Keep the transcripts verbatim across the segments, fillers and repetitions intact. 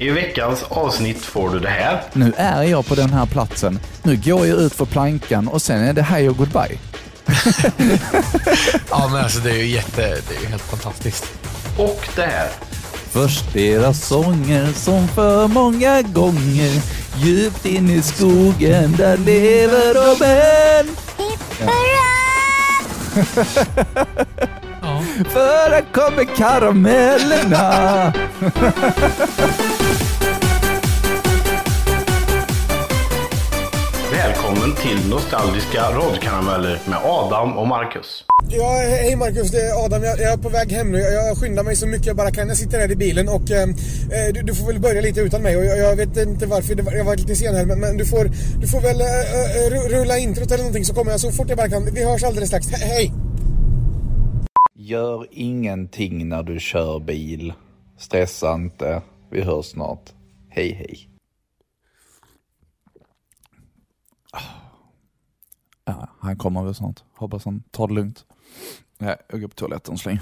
I veckans avsnitt får du det här. Nu är jag på den här platsen. Nu går jag ut för plankan och sen är det hej och goodbye. Ja, men alltså det är ju jätte, det är ju helt fantastiskt. Och det här. Först deras sånger som för många gånger djupt in i skogen där lever de än. Ja. För där kommer karamellerna. Välkommen till Nostalgiska radkarameller med Adam och Marcus. Ja, hej Marcus, det är Adam. Jag, jag är på väg hem nu. Jag, jag skyndar mig så mycket jag bara kan. Jag sitter här i bilen och eh, du, du får väl börja lite utan mig. Och jag, jag vet inte varför, det var, jag var lite sen här. Men, men du, får, du får väl eh, rulla introt eller någonting så kommer jag så fort jag bara kan. Vi hörs alldeles strax. He- hej! Gör ingenting när du kör bil. Stressa inte. Vi hörs snart. Hej hej. Ja, han kommer väl snart. Hoppas han tar det lugnt. Nej, jag går på toaletten släng.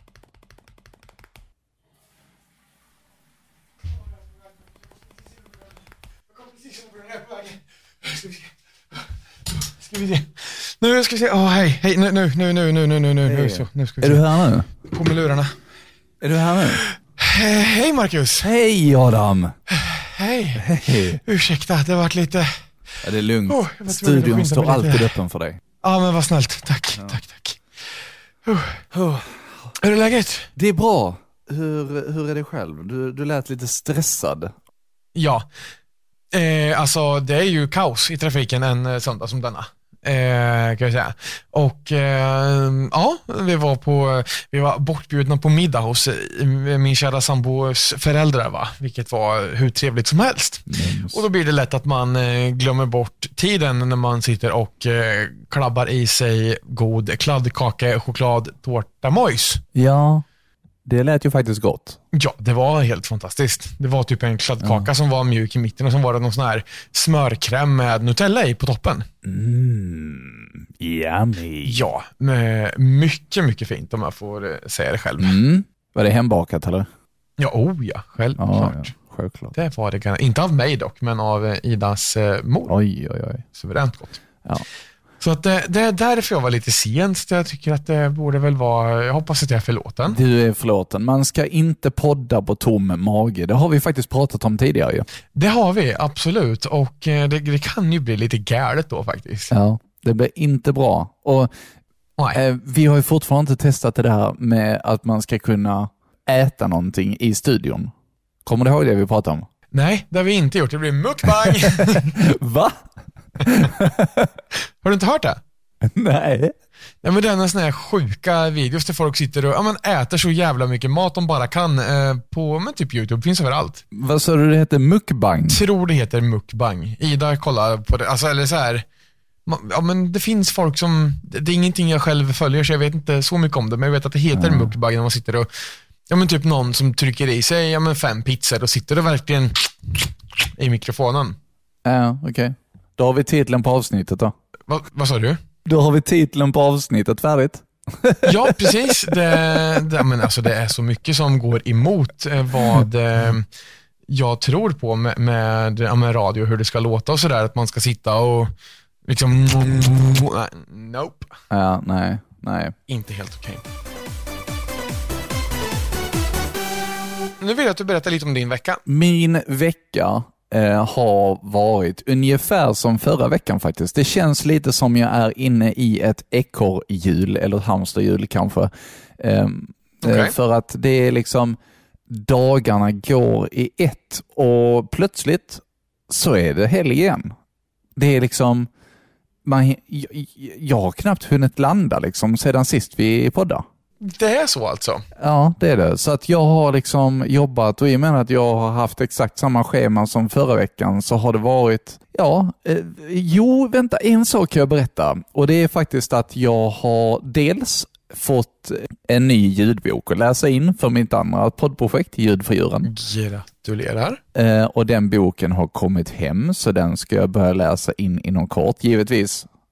Ska vi se. Nu ska vi se. Åh, oh, hej. Hej, nu, nu, nu, nu, nu, nu, nu, nu, nu, så. Nu ska vi se. Är du här nu? På med lurarna. Är du här nu? He- hej, Marcus. Hej, Adam. Hej. Hej. Ursäkta, det har varit lite... Ja, det är lugnt. Oh, Studion står alltid öppen för dig. Ja, men vad snällt. Tack, ja. tack, tack. Uh. Uh. Hur är läget? Det är bra. Hur, hur är det själv? Du, du lät lite stressad. Ja. Eh, alltså, det är ju kaos i trafiken en söndag som denna. Eh, kan jag säga. Och eh, ja, vi var på vi var bortbjudna på middag hos min kära sambos föräldrar, va? Vilket var hur trevligt som helst. Yes. Och då blir det lätt att man eh, glömmer bort tiden när man sitter och eh, klabbar i sig god kladdkaka, choklad, tårta, mojs. Ja, det lät ju faktiskt gott. Ja, det var helt fantastiskt. Det var typ en kladdkaka ja. som var mjuk i mitten och så var det någon sån här smörkräm med Nutella i på toppen. Mm, yummy. Ja, mycket, mycket fint om jag får säga det själv. Mm. Var det hembakat eller? Ja, oh ja, självklart. Ja, ja, självklart. Det var det, inte av mig dock, men av Idas eh, mor. Oj, oj, oj. Suveränt gott. Ja. Så att det, det är därför jag var lite sent. Jag tycker att det borde väl vara... Jag hoppas att jag är förlåten. Du är förlåten. Man ska inte podda på tom mage. Det har vi faktiskt pratat om tidigare ju. Det har vi, absolut. Och det, det kan ju bli lite galet då faktiskt. Ja, det blir inte bra. Och eh, vi har ju fortfarande inte testat det där med att man ska kunna äta någonting i studion. Kommer du ihåg det vi pratade om? Nej, det har vi inte gjort. Det blir mukbang. Va? Har du inte hört det? Nej. Ja, men det är en sån här sjuka videos där folk sitter och ja, men äter så jävla mycket mat de bara kan eh, på men typ YouTube. Finns överallt. Vad sa du det heter? Mukbang? Tror det heter mukbang. Ida kollar på det. Alltså, eller så här... Ja, men det finns folk som... Det är ingenting jag själv följer så jag vet inte så mycket om det. Men jag vet att det heter mm. mukbang när man sitter och... Ja, men typ någon som trycker i sig ja, men fem pizzor och sitter och verkligen i mikrofonen. Ja, okej. Okay. Då har vi titeln på avsnittet då. Va, vad sa du? Då har vi titeln på avsnittet färdigt. Ja, precis. Det, det, men alltså, det är så mycket som går emot vad eh, jag tror på med, med, med radio, hur det ska låta och sådär. Att man ska sitta och liksom... Nope. Ja, nej, nej. Inte helt okej. Okay. Nu vill jag att du berättar lite om din vecka. Min vecka eh, har varit ungefär som förra veckan faktiskt. Det känns lite som jag är inne i ett ekorrhjul eller ett hamsterhjul kanske. Eh, okay. För att det är liksom dagarna går i ett och plötsligt så är det helg igen. Det är liksom man, jag, jag har knappt hunnit landa liksom sedan sist vi poddade. Det är så alltså? Ja, det är det. Så att jag har liksom jobbat och i och med att jag har haft exakt samma schema som förra veckan så har det varit, ja, eh, jo, vänta, en sak kan jag berätta. Och det är faktiskt att jag har dels fått en ny ljudbok att läsa in för mitt andra poddprojekt, Ljud för djuren. Gratulerar. Eh, och den boken har kommit hem så den ska jag börja läsa in inom kort. Givetvis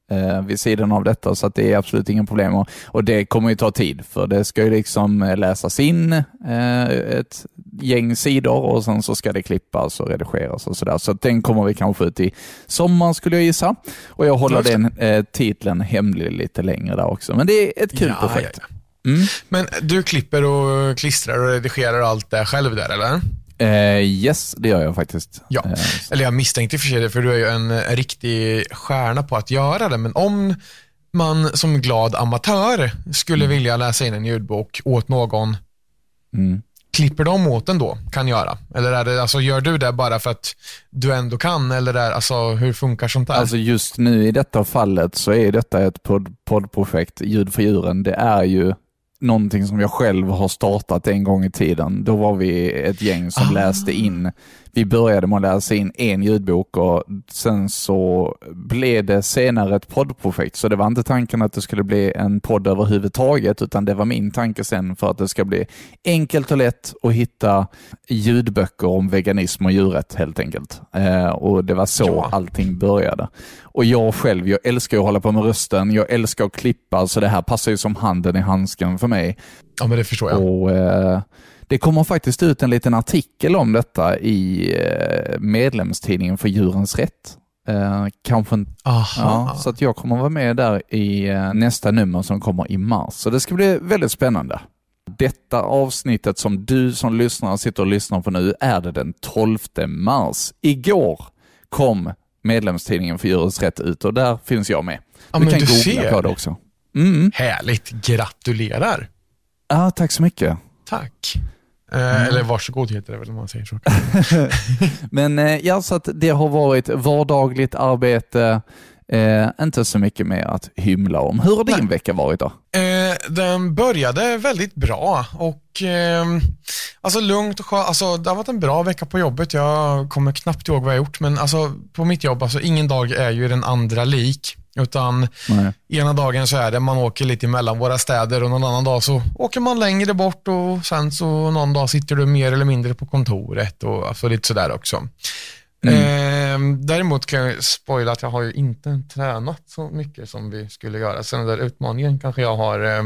eh, vid sidan av detta, så att det är absolut ingen problem. Och, och det kommer ju ta tid, för det ska ju liksom läsas in eh, ett gäng sidor och sen så ska det klippas och redigeras och sådär. Så att den kommer vi kanske ut i sommar, skulle jag gissa. Och jag håller den eh, titeln hemlig lite längre där också. Men det är ett kul ja, projekt. Ja, ja. Mm. Men du klipper och klistrar och redigerar allt det själv där, eller? Eh, yes, det gör jag faktiskt. Ja, eh, eller jag misstänkte för sig det, för du är ju en, en riktig stjärna på att göra det. Men om man som glad amatör skulle mm. vilja läsa in en ljudbok åt någon, mm. klipper de åt den då, kan göra? Eller är det, alltså, gör du det bara för att du ändå kan? Eller är, alltså, hur funkar sånt där? Alltså just nu i detta fallet så är detta ett podd, poddprojekt, Ljud för djuren. Det är ju någonting som jag själv har startat en gång i tiden. Då var vi ett gäng som ah. läste in. Vi började med att läsa in en ljudbok och sen så blev det senare ett poddprojekt. Så det var inte tanken att det skulle bli en podd överhuvudtaget, utan det var min tanke sen för att det ska bli enkelt och lätt att hitta ljudböcker om veganism och djurrätt helt enkelt. Eh, och det var så ja. allting började. Och jag själv, jag älskar att hålla på med rösten. Jag älskar att klippa, så det här passar ju som handen i handsken för mig. Ja, men det förstår jag. Och eh, det kommer faktiskt ut en liten artikel om detta i eh, medlemstidningen för djurens rätt. Eh, kanske en, ja, så att jag kommer vara med där i eh, nästa nummer som kommer i mars. Så det ska bli väldigt spännande. Detta avsnittet som du som lyssnar sitter och lyssnar på nu är det den tolfte mars. Igår kom medlemstidningen för djurens rätt ut och där finns jag med. Ja, du men kan du googla ser. på det också. Mm. Härligt, gratulerar. Ja, tack så mycket. Tack. Eh, mm. Eller varsågod heter det väl om man säger så. Men eh, ja, så att det har varit vardagligt arbete, eh, inte så mycket mer att hymla om. Hur har din Nej. vecka varit då? Eh, den började väldigt bra och eh, alltså lugnt och skönt. Alltså, det har varit en bra vecka på jobbet. Jag kommer knappt ihåg vad jag gjort, men alltså, på mitt jobb, alltså, ingen dag är ju den andra lik. Utan Nej. ena dagen så är det man åker lite mellan våra städer och någon annan dag så åker man längre bort och sen så någon dag sitter du mer eller mindre på kontoret och alltså lite sådär också. Mm. Eh, däremot kan jag spoila att jag har ju inte tränat så mycket som vi skulle göra. Sen den där utmaningen kanske jag har eh,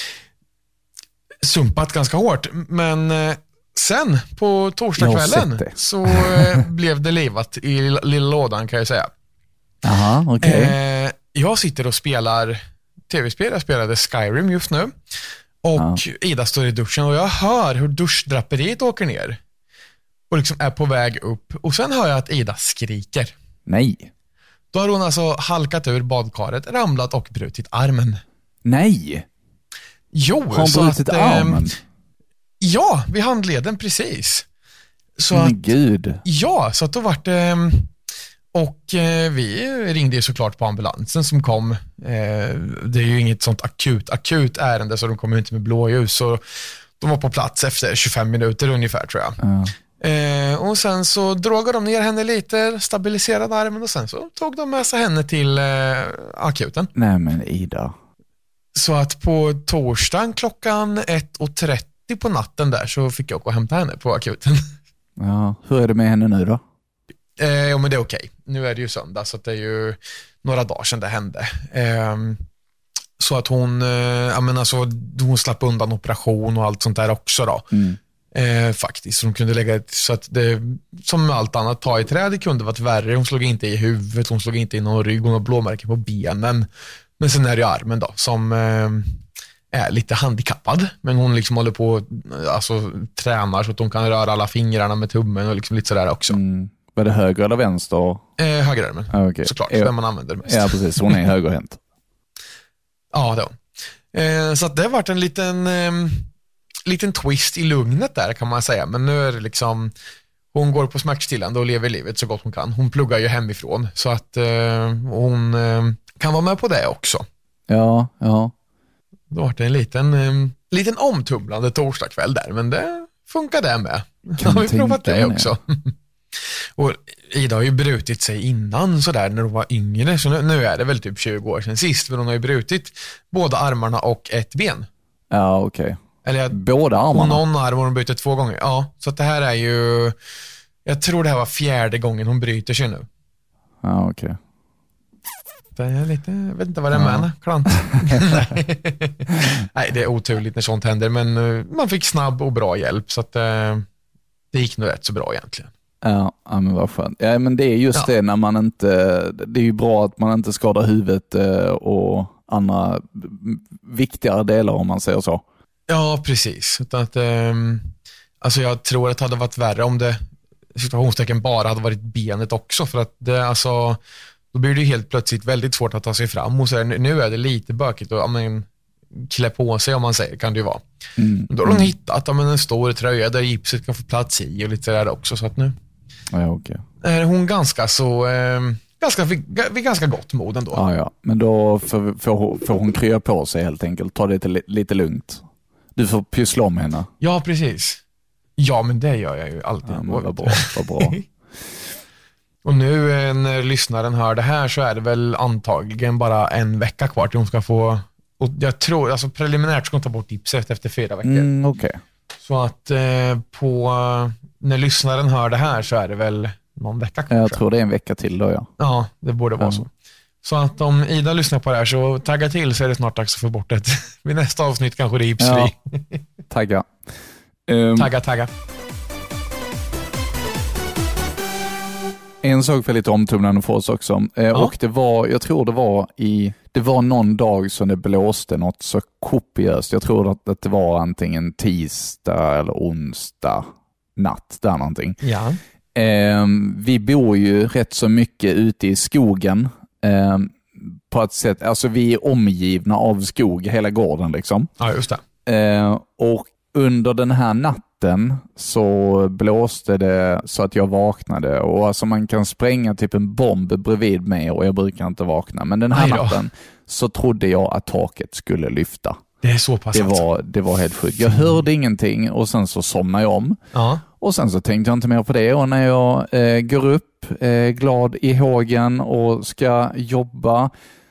sumpat ganska hårt. Men eh, sen på torsdagskvällen så eh, blev det livat i lilla, lilla lådan, kan jag säga. Aha, okay. eh, jag sitter och spelar tv-spel. Jag spelade Skyrim just nu. Och ah. Ida står i duschen och jag hör hur duschdraperiet åker ner. Och liksom är på väg upp. Och sen hör jag att Ida skriker. Nej. Då har hon alltså halkat ur badkaret, ramlat och brutit armen. Nej. Jo, har hon så brutit att, armen? Eh, ja, vid handleden precis. Så Men att, gud. Ja, så att då var det... Och eh, vi ringde ju såklart på ambulansen som kom. Eh, det är ju inget sånt akut, akut ärende, så de kom inte med blåljus. Så de var på plats efter tjugofem minuter ungefär, tror jag. Mm. Eh, och sen så drog de ner henne lite, stabiliserade armen och sen så tog de med sig henne till eh, akuten. Nej men Ida. Så att på torsdagen klockan ett och trettio på natten där så fick jag gå och hämta henne på akuten. Ja, hur är det med henne nu då? Eh, ja, men det är okej. Nu är det ju söndag, så att det är ju några dagar sedan det hände. Eh, så att hon, eh, jag menar, alltså, hon slapp undan operation och allt sånt där också då. Mm. Eh, faktiskt, så de kunde lägga ett, så att det, som med allt annat, ta i träd, det kunde varit värre. Hon slog inte i huvudet, hon slog inte i någon rygg, hon har blåmärken på benen. Men sen är det ju armen då, som eh, är lite handikappad. Men hon liksom håller på, alltså tränar så att hon kan röra alla fingrarna med tummen och liksom lite sådär också. Mm. Var det höger eller vänster? Eh, högerarmen, ah, okay. såklart, ja. den man använder mest. Ja, precis. Hon är högerhänt. Ja, det var. Eh, så att det har varit en liten, eh, liten twist i lugnet där, kan man säga. Men nu är det liksom, hon går på smärtstillande och lever livet så gott hon kan. Hon pluggar ju hemifrån, så att eh, hon eh, kan vara med på det också. Ja, ja. Det har varit en liten, eh, liten omtumlande torsdagkväll där, men det funkar det med. Kan har vi provat det också. Och Ida har ju brutit sig innan sådär när hon var yngre, så nu, nu är det väl typ tjugo år sedan sist, men hon har ju brutit båda armarna och ett ben. Ja, okej. Okay. Eller båda armarna? Och någon arm har hon brutit två gånger. Ja, så att det här är ju, jag tror det här var fjärde gången hon bryter sig nu. Ja, okej. Okay. lite, lite, jag vet inte vad det är med henne, klant. Nej. Nej, det är oturligt när sånt händer, men uh, man fick snabb och bra hjälp, så att uh, det gick nog rätt så bra egentligen. Ja, ja men vad skönt. Ja, men det är just ja. det när man inte, det är ju bra att man inte skadar huvudet och andra viktigare delar om man säger så. Ja, precis. Utan att, um, alltså jag tror att det hade varit värre om det situationstecken bara hade varit benet också, för att det, alltså, då blir det helt plötsligt väldigt svårt att ta sig fram, och så är, nu är det lite bökigt och ja, men, klä på sig om man säger, kan det ju vara. Mm. Då har de hittat ja, men en stor tröja där gipset kan få plats i och lite där också, så att nu ja, okay. är hon ganska så eh, ganska, vid, vid ganska gott mod ändå. Ja, ja. Men då får, får, får hon krya på sig helt enkelt, ta det lite, lite lugnt. Du får pyssla om henne. Ja, precis. Ja, men det gör jag ju alltid. Ja, men vad bra, vad bra. Och nu när lyssnaren hör det här så är det väl antagligen bara en vecka kvar till hon ska få, och jag tror, alltså preliminärt ska hon ta bort gipset efter fyra veckor. Mm, okej. Okay. Så att eh, på, när lyssnaren hör det här så är det väl någon vecka kvar. Jag tror det är en vecka till då, ja. Ja, det borde vara mm. så. Så att om Ida lyssnar på det här så tagga till, så är det snart dags att få bort det. Vid nästa avsnitt kanske det är gipsfri. Ja. Tagga. Um, tagga, tagga. En sak för lite omtumlande för oss också. Eh, ja. Och det var, jag tror det var i, det var någon dag som det blåste något så kopiöst. Jag tror att, att det var antingen tisdag eller onsdag natt där någonting. Ja. Eh, vi bor ju rätt så mycket ute i skogen. Eh, på ett sätt, alltså vi är omgivna av skog hela gården liksom. Ja, just det. Eh, och under den här natten så blåste det så att jag vaknade, och alltså man kan spränga typ en bomb bredvid mig och jag brukar inte vakna, men den här natten så trodde jag att taket skulle lyfta. Det är så pass. Det var, det var helt sjukt. Jag hörde ingenting och sen så somnade jag om. Ja. Och sen så tänkte jag inte mer på det, och när jag eh, går upp eh, glad i hågen och ska jobba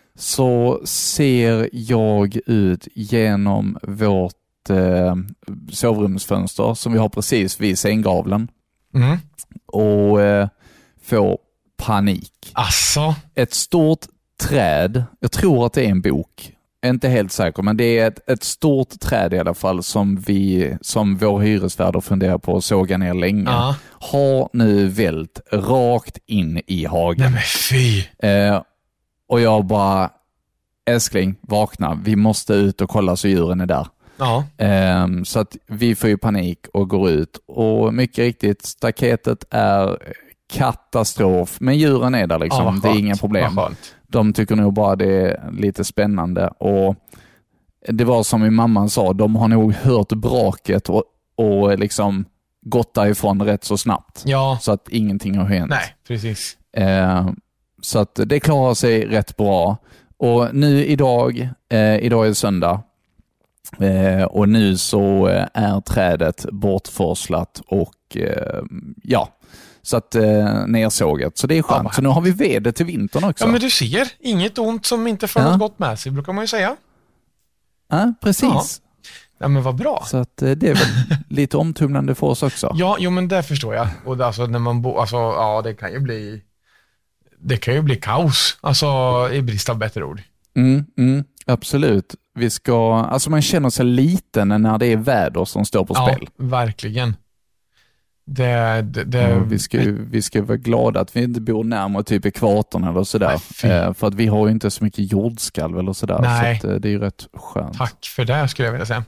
så ser jag ut genom vårt eh, sovrumsfönster som vi har precis vid sänggavlen. Mm. Och eh, får panik. Asså? Ett stort träd, jag tror att det är en bok, jag är inte helt säker, men det är ett, ett stort träd i alla fall som vi, som vår hyresvärd funderar på att såga ner länge, ja. har nu vält rakt in i hagen. Nej men fy! Eh, och jag bara, älskling, vakna, vi måste ut och kolla så djuren är där. Ja. Eh, så att vi får ju panik och går ut, och mycket riktigt, staketet är katastrof, men djuren är där liksom, ja, det är inga problem. De tycker nog bara det är lite spännande, och det var som min mamma sa, de har nog hört braket och, och liksom gått därifrån rätt så snabbt. Ja. Så att ingenting har hänt. Nej, precis. Eh, så att det klarar sig rätt bra. Och nu idag, eh, idag är det söndag, eh, och nu så är trädet bortforslat och eh, ja, så att eh, nersågat. Så det är skönt. Ja, så nu har vi väder till vintern också. Ja, men du ser, inget ont som inte får ja. något gott med sig, brukar man ju säga. Ja, precis. Ja, ja men vad bra. Så att eh, det är väl lite omtumlande för oss också. Ja, jo, men det förstår jag. Och det, alltså, när man bo, alltså, ja, det kan ju bli det kan ju bli kaos, alltså i brist av bättre ord. Mm, mm, absolut. Vi ska, alltså man känner sig liten när det är väder som står på spel. Ja, verkligen. Det, det, det... Ja, vi, ska, vi ska vara glada att vi inte bor närmare typ ekvatorn eller sådär. Eh, för att vi har ju inte så mycket jordskalv eller sådär. Nej. Så att, eh, det är ju rätt skönt. Tack för det, skulle jag vilja säga.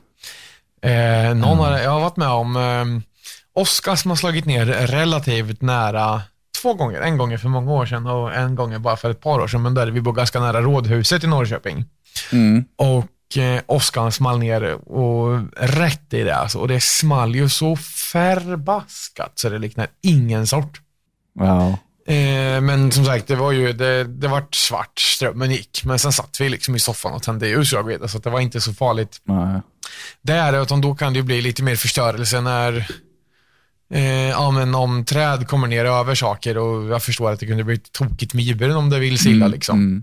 Eh, någon mm. har, jag har varit med om eh, Oskar som har slagit ner relativt nära två gånger. En gång för många år sedan och en gång bara för ett par år sedan. Men där vi bor ganska nära Rådhuset i Norrköping. Mm. Och eh, Oskar small ner och rätt i det. Alltså. Och det small ju så förbaskat så det liknar ingen sort. Wow. Eh, men som sagt, det var ju det, det var svart, strömmen gick. Men sen satt vi liksom i soffan och tände ljus, jag vet, så det var inte så farligt. Nej. Det är det, utan då kan det ju bli lite mer förstörelse när eh, ja, men om träd kommer ner över saker, och jag förstår att det kunde bli tokigt med djuren om det vill silla mm, liksom. Mm.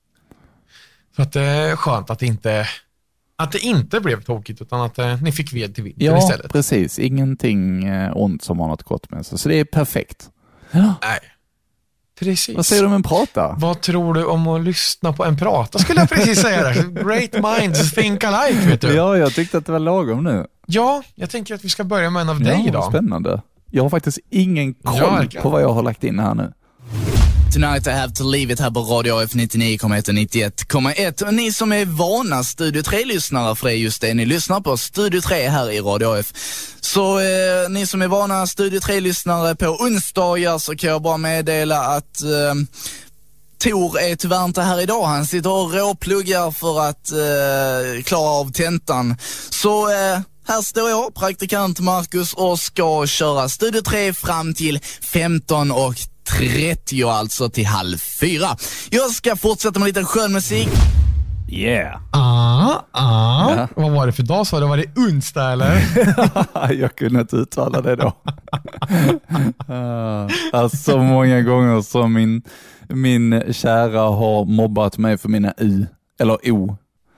Så att det är skönt att det inte att det inte blev tokigt, utan att eh, ni fick ved till vintern ja, istället. Ja, precis. Ingenting eh, ont som har något gott med sig. Så det är perfekt. Ja. Nej. Precis. Vad säger du om en prata? Vad tror du om att lyssna på en prata? Skulle jag precis säga det. Great minds think alike, vet du. Ja, jag tyckte att det var lagom nu. Ja, jag tänker att vi ska börja med en av dig ja, idag. Spännande. Jag har faktiskt ingen koll Ja, på vad jag har lagt in här nu. Tonight I have to leave it här på Radio F nittionio komma ett och nittioett komma ett. Och ni som är vana Studio tre-lyssnare, för det är just det ni lyssnar på, Studio tre här i Radio F. Så eh, ni som är vana Studio tre-lyssnare på onsdagar, så kan jag bara meddela att eh, Tor är tyvärr inte här idag. Han sitter och råpluggar för att eh, klara av tentan. Så eh, här står jag, praktikant Marcus, och ska köra Studio tre fram till femton och trettio, alltså till halv fyra. Jag ska fortsätta med lite skön musik. Yeah. Ah, ah. Ja. Vad var det för dag? Så var det onsdag eller? Jag kunde inte uttala det då. Alltså, så många gånger som min, min kära har mobbat mig för mina U, eller O.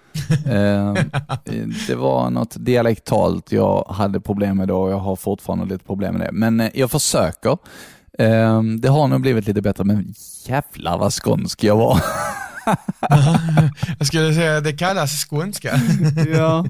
Det var något dialektalt jag hade problem med då, och jag har fortfarande lite problem med det. Men jag försöker. Det har nog blivit lite bättre, men jävlar vad skånsk jag var. Jag skulle säga det kallas skånska. Ja.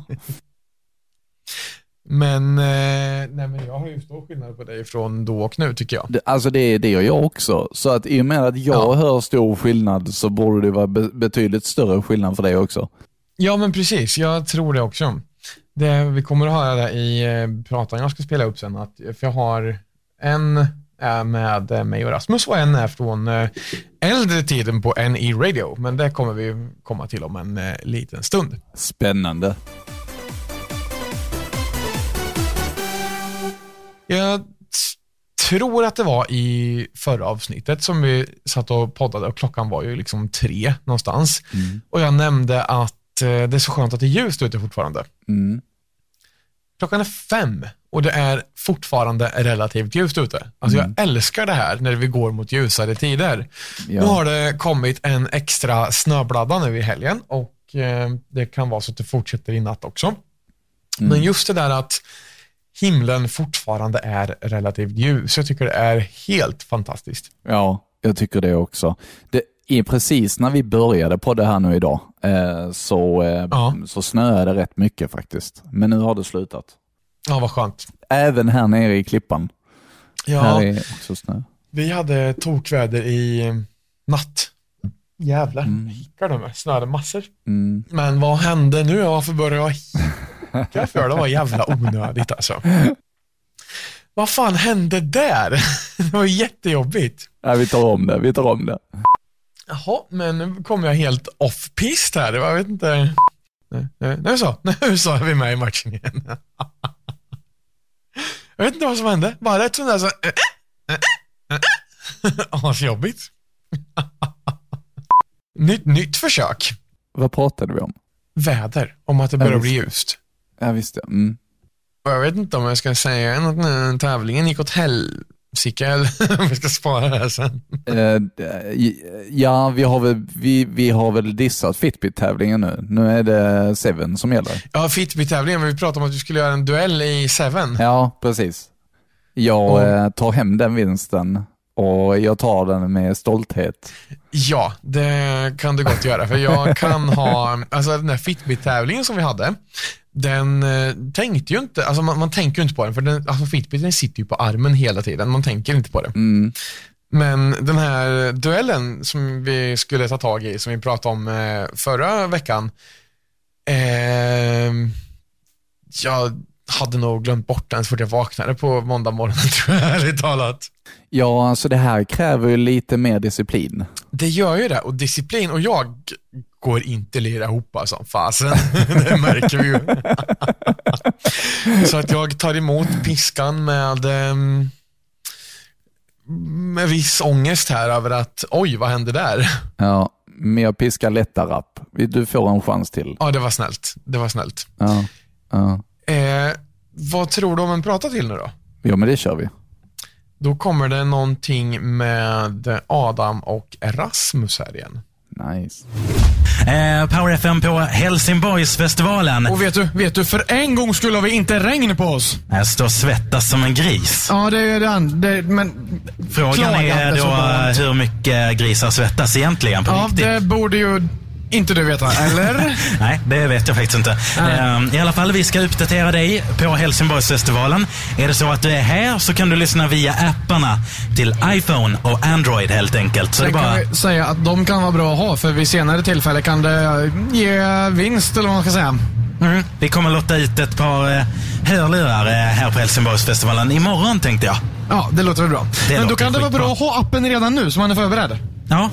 Men, eh, nej, men jag har ju stor skillnad på dig från då och nu, tycker jag. Det, alltså det, det gör jag också. Så att i och med att jag Ja. hör stor skillnad, så borde det vara be- betydligt större skillnad för dig också. Ja, men precis. Jag tror det också. Det, vi kommer att höra det i eh, pratan jag ska spela upp sen. Att, för jag har en är med eh, mig och Rasmus, och en är från eh, äldre tiden på N E Radio. Men det kommer vi komma till om en eh, liten stund. Spännande. Jag t- tror att det var i förra avsnittet som vi satt och poddade, och klockan var ju liksom tre någonstans. Mm. Och Och jag nämnde att eh, det är så skönt att det är ljust ute fortfarande. Mm. Klockan är fem och det är fortfarande relativt ljust ute. Alltså Mm. jag älskar det här när vi går mot ljusare tider. Ja. Nu har det kommit en extra snöbladda nu i helgen, och eh, det kan vara så att det fortsätter i natt också. Mm. Men just det där att himlen fortfarande är relativt ljus, jag tycker det är helt fantastiskt. Ja, jag tycker det också. Det är precis när vi började på det här nu idag, eh, så, eh, Ja. så snöade det rätt mycket faktiskt. Men nu har det slutat. Ja, vad skönt. Även här nere i klippan. Ja, Här är också snö. vi hade tokväder i eh, natt. Jävlar, Mm. hickar de med, snöade massor. Mm. Men vad hände nu? Varför började jag hicka för? Det var jävla onödigt alltså. Vad fan hände där? Det var jättejobbigt. Ja, vi tar om det, vi tar om det. Jaha, men nu kom jag helt off-pist här. Jag vet inte. Nu, nu, nu så, nu så är vi med i matchen igen. Jag vet inte vad som hände. Bara ett sånt där så... Åh, så jobbigt. Nytt, nytt försök. Vad pratade vi om? Väder, om att det börjar Ja, bli visst. ljust. Ja, visst det. Mm. Och jag vet inte om jag ska säga att uh, tävlingen gick åt helsike eller om vi ska spara det här sen. Eh, ja, vi har väl, vi, vi har väl dissat Fitbit-tävlingen nu. Nu är det Seven som gäller. Ja, Fitbit-tävlingen, men vi pratade om att vi skulle göra en duell i Seven. Ja, precis. Jag Och- eh, tar hem den vinsten, och jag tar den med stolthet. Ja, det kan du gott göra. För jag kan ha, alltså den här Fitbit-tävlingen som vi hade, den eh, tänkte ju inte, alltså man, man tänker ju inte på den, för den, alltså Fitbit den sitter ju på armen hela tiden, man tänker inte på det. Mm. Men den här duellen som vi skulle ta tag i, som vi pratade om eh, förra veckan, eh, jag hade nog glömt bort den så fort jag vaknade på måndag morgonen, tror jag, ärligt talat. Ja, alltså det här kräver ju lite mer disciplin. Det gör ju det, och disciplin, och jag går inte lira ihop som fasen. Det märker vi ju. Så att jag tar emot piskan med um, med viss ångest här över att oj, vad hände där? Ja, men jag piskar lätta rapp. Du får en chans till. Ja, det var snällt. Det var snällt. Ja, ja. Eh, vad tror du om en prata till nu då? Ja, men det kör vi. Då kommer det någonting med Adam och Rasmus här igen. Nice. Eh, Power F M på Helsingborgsfestivalen. Och vet du, vet du, för en gång skulle vi inte regn på oss. Jag står och svettas som en gris. Ja, det är den. Det, men Frågan är inte så då varmt. hur mycket grisar svettas egentligen på Ja, riktigt. det borde ju inte du veta, eller? Nej, det vet jag faktiskt inte. Eh, I alla fall, vi ska uppdatera dig på Helsingborgsfestivalen. Är det så att du är här så kan du lyssna via apparna till iPhone och Android helt enkelt. Så det Sen bara... kan vi säga att de kan vara bra att ha, för vid senare tillfälle kan det ge vinst, eller vad man ska säga. Mm. Vi kommer låta ut ett par eh, hörlurar eh, här på Helsingborgsfestivalen imorgon, tänkte jag. Ja, det låter väl bra. Det Men då låter kan det vara skitbra. bra att ha appen redan nu, så man är förberedd. Ja.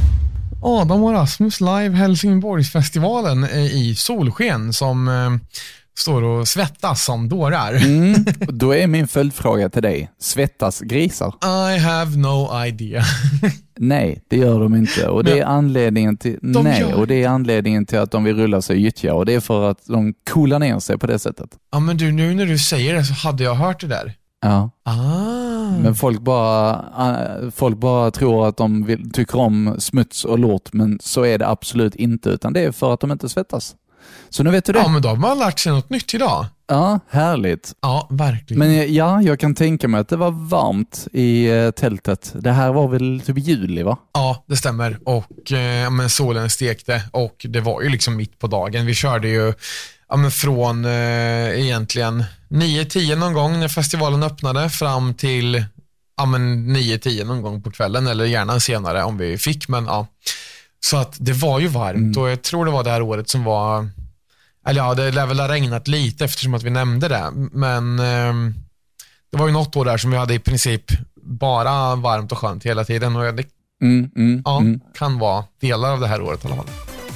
Adam och Rasmus live Helsingborgsfestivalen i solsken som eh, står och svettas som dårar. Mm. Då är min följdfråga till dig. Svettas grisar? I have no idea. Nej, det gör de inte. Och det är anledningen till De nej, gör- och det är anledningen till att de vill rulla sig gyttja, och det är för att de coolar ner sig på det sättet. Ja, men du, nu när du säger det så hade jag hört det där. Ja. Ah. Men folk bara, äh, folk bara tror att de vill, tycker om smuts och lort, men så är det absolut inte, utan det är för att de inte svettas. Så nu vet du det. Ja, men då har man lärt sig något nytt idag. Ja, härligt. Ja, verkligen. Men ja, jag kan tänka mig att det var varmt i eh, tältet. Det här var väl typ juli, va? Ja, det stämmer. Och eh, men solen stekte och det var ju liksom mitt på dagen. Vi körde ju ja, men från eh, egentligen nio tio någon gång när festivalen öppnade fram till ja, men nio tio någon gång på kvällen, eller gärna senare om vi fick, men ja. Så att det var ju varmt och jag tror det var det här året som var, eller ja, det lär väl ha regnat lite eftersom att vi nämnde det, men eh, det var ju något år där som vi hade i princip bara varmt och skönt hela tiden, och det Mm, mm, ja, mm. kan vara delar av det här året i alla fall.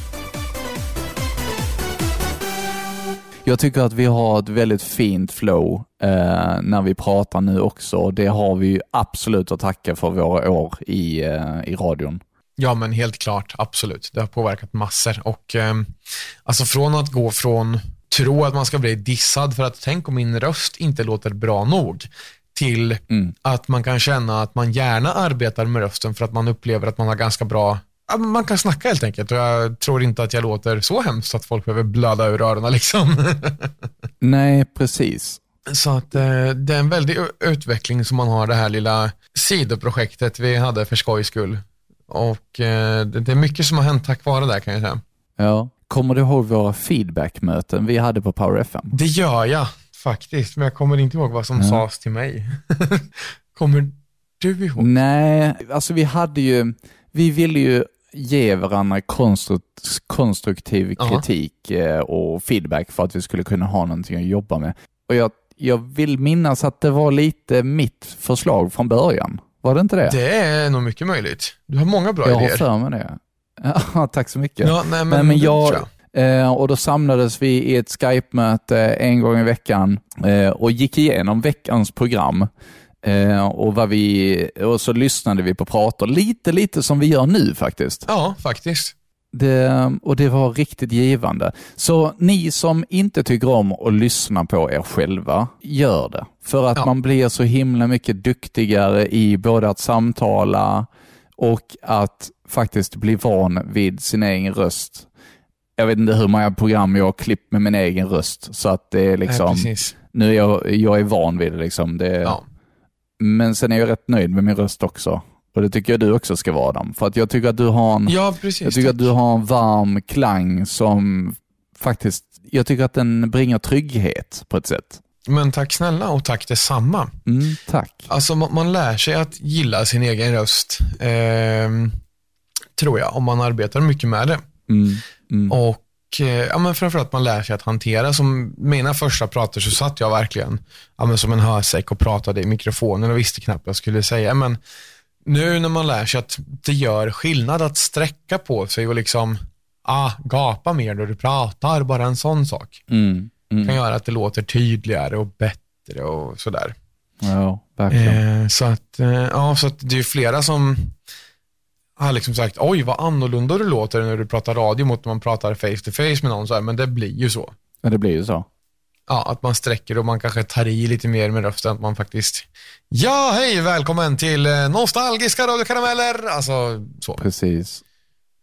Jag tycker att vi har ett väldigt fint flow eh, när vi pratar nu också. Det har vi ju absolut att tacka för våra år i, eh, i radion. Ja, men helt klart, absolut. Det har påverkat massor. Och eh, alltså från att gå från tro att man ska bli dissad för att tänk om min röst inte låter bra nog, till Mm. att man kan känna att man gärna arbetar med rösten för att man upplever att man har ganska bra, ja, man kan snacka helt enkelt, och jag tror inte att jag låter så hemskt att folk behöver blöda ur öronen liksom. Nej, precis. Så att eh, det är en väldig u- utveckling som man har, det här lilla sidoprojektet vi hade för skojs skull. Och eh, det, det är mycket som har hänt tack vare det, kan jag säga. Ja. Kommer du ihåg våra feedbackmöten vi hade på Power F M? Det gör jag faktiskt, men jag kommer inte ihåg vad som Ja. sades till mig. Kommer du ihåg? Nej, alltså vi hade ju, vi ville ju ge varandra konstru- konstruktiv Ja. kritik eh, och feedback för att vi skulle kunna ha någonting att jobba med. Och jag, jag vill minnas att det var lite mitt förslag från början. Var det inte det? Det är nog mycket möjligt. Du har många bra jag har idéer. för mig det. Ja, tack så mycket. Ja, nej, men, Nej, men det jag, tror jag. eh, och då samlades vi i ett Skype-möte en gång i veckan eh, och gick igenom veckans program. Eh, och, vad vi, och så lyssnade vi på prator, lite lite som vi gör nu faktiskt. Ja, faktiskt. Det, och det var riktigt givande. Så ni som inte tycker om att lyssna på er själva, gör det. För att Ja. man blir så himla mycket duktigare i både att samtala och att faktiskt bli van vid sin egen röst. Jag vet inte hur många program jag har klippt med min egen röst, så att det är liksom, Nej, precis. nu är jag, jag är van vid det liksom. Det, Ja. Men sen är jag rätt nöjd med min röst också. Och det tycker jag du också ska vara, Adam. För att jag tycker att du har en, ja, precis. jag tycker att du har en varm klang som faktiskt, jag tycker att den bringar trygghet på ett sätt. Men tack snälla, och tack detsamma. Mm, tack. Alltså man, man lär sig att gilla sin egen röst, ehm, tror jag, om man arbetar mycket med det. Mm, mm. Och eh, ja, men framförallt man lär sig att hantera. Som mina första prater så satt jag verkligen ja, men som en hörsäck och pratade i mikrofonen och visste knappt vad jag skulle säga. Men nu när man lär sig att det gör skillnad att sträcka på sig och liksom ah, gapa mer då du pratar, bara en sån sak Mm, mm. kan göra att det låter tydligare och bättre och sådär. Ja, verkligen. Eh, så att, eh, ja, så att det är ju flera som har liksom sagt, oj vad annorlunda du låter när du pratar radio mot när man pratar face to face med någon så här, men det blir ju så. Ja, det blir ju så. Ja, att man sträcker och man kanske tar i lite mer med rösten, att man faktiskt, ja hej, välkommen till eh, nostalgiska radiokarameller, alltså så. Precis.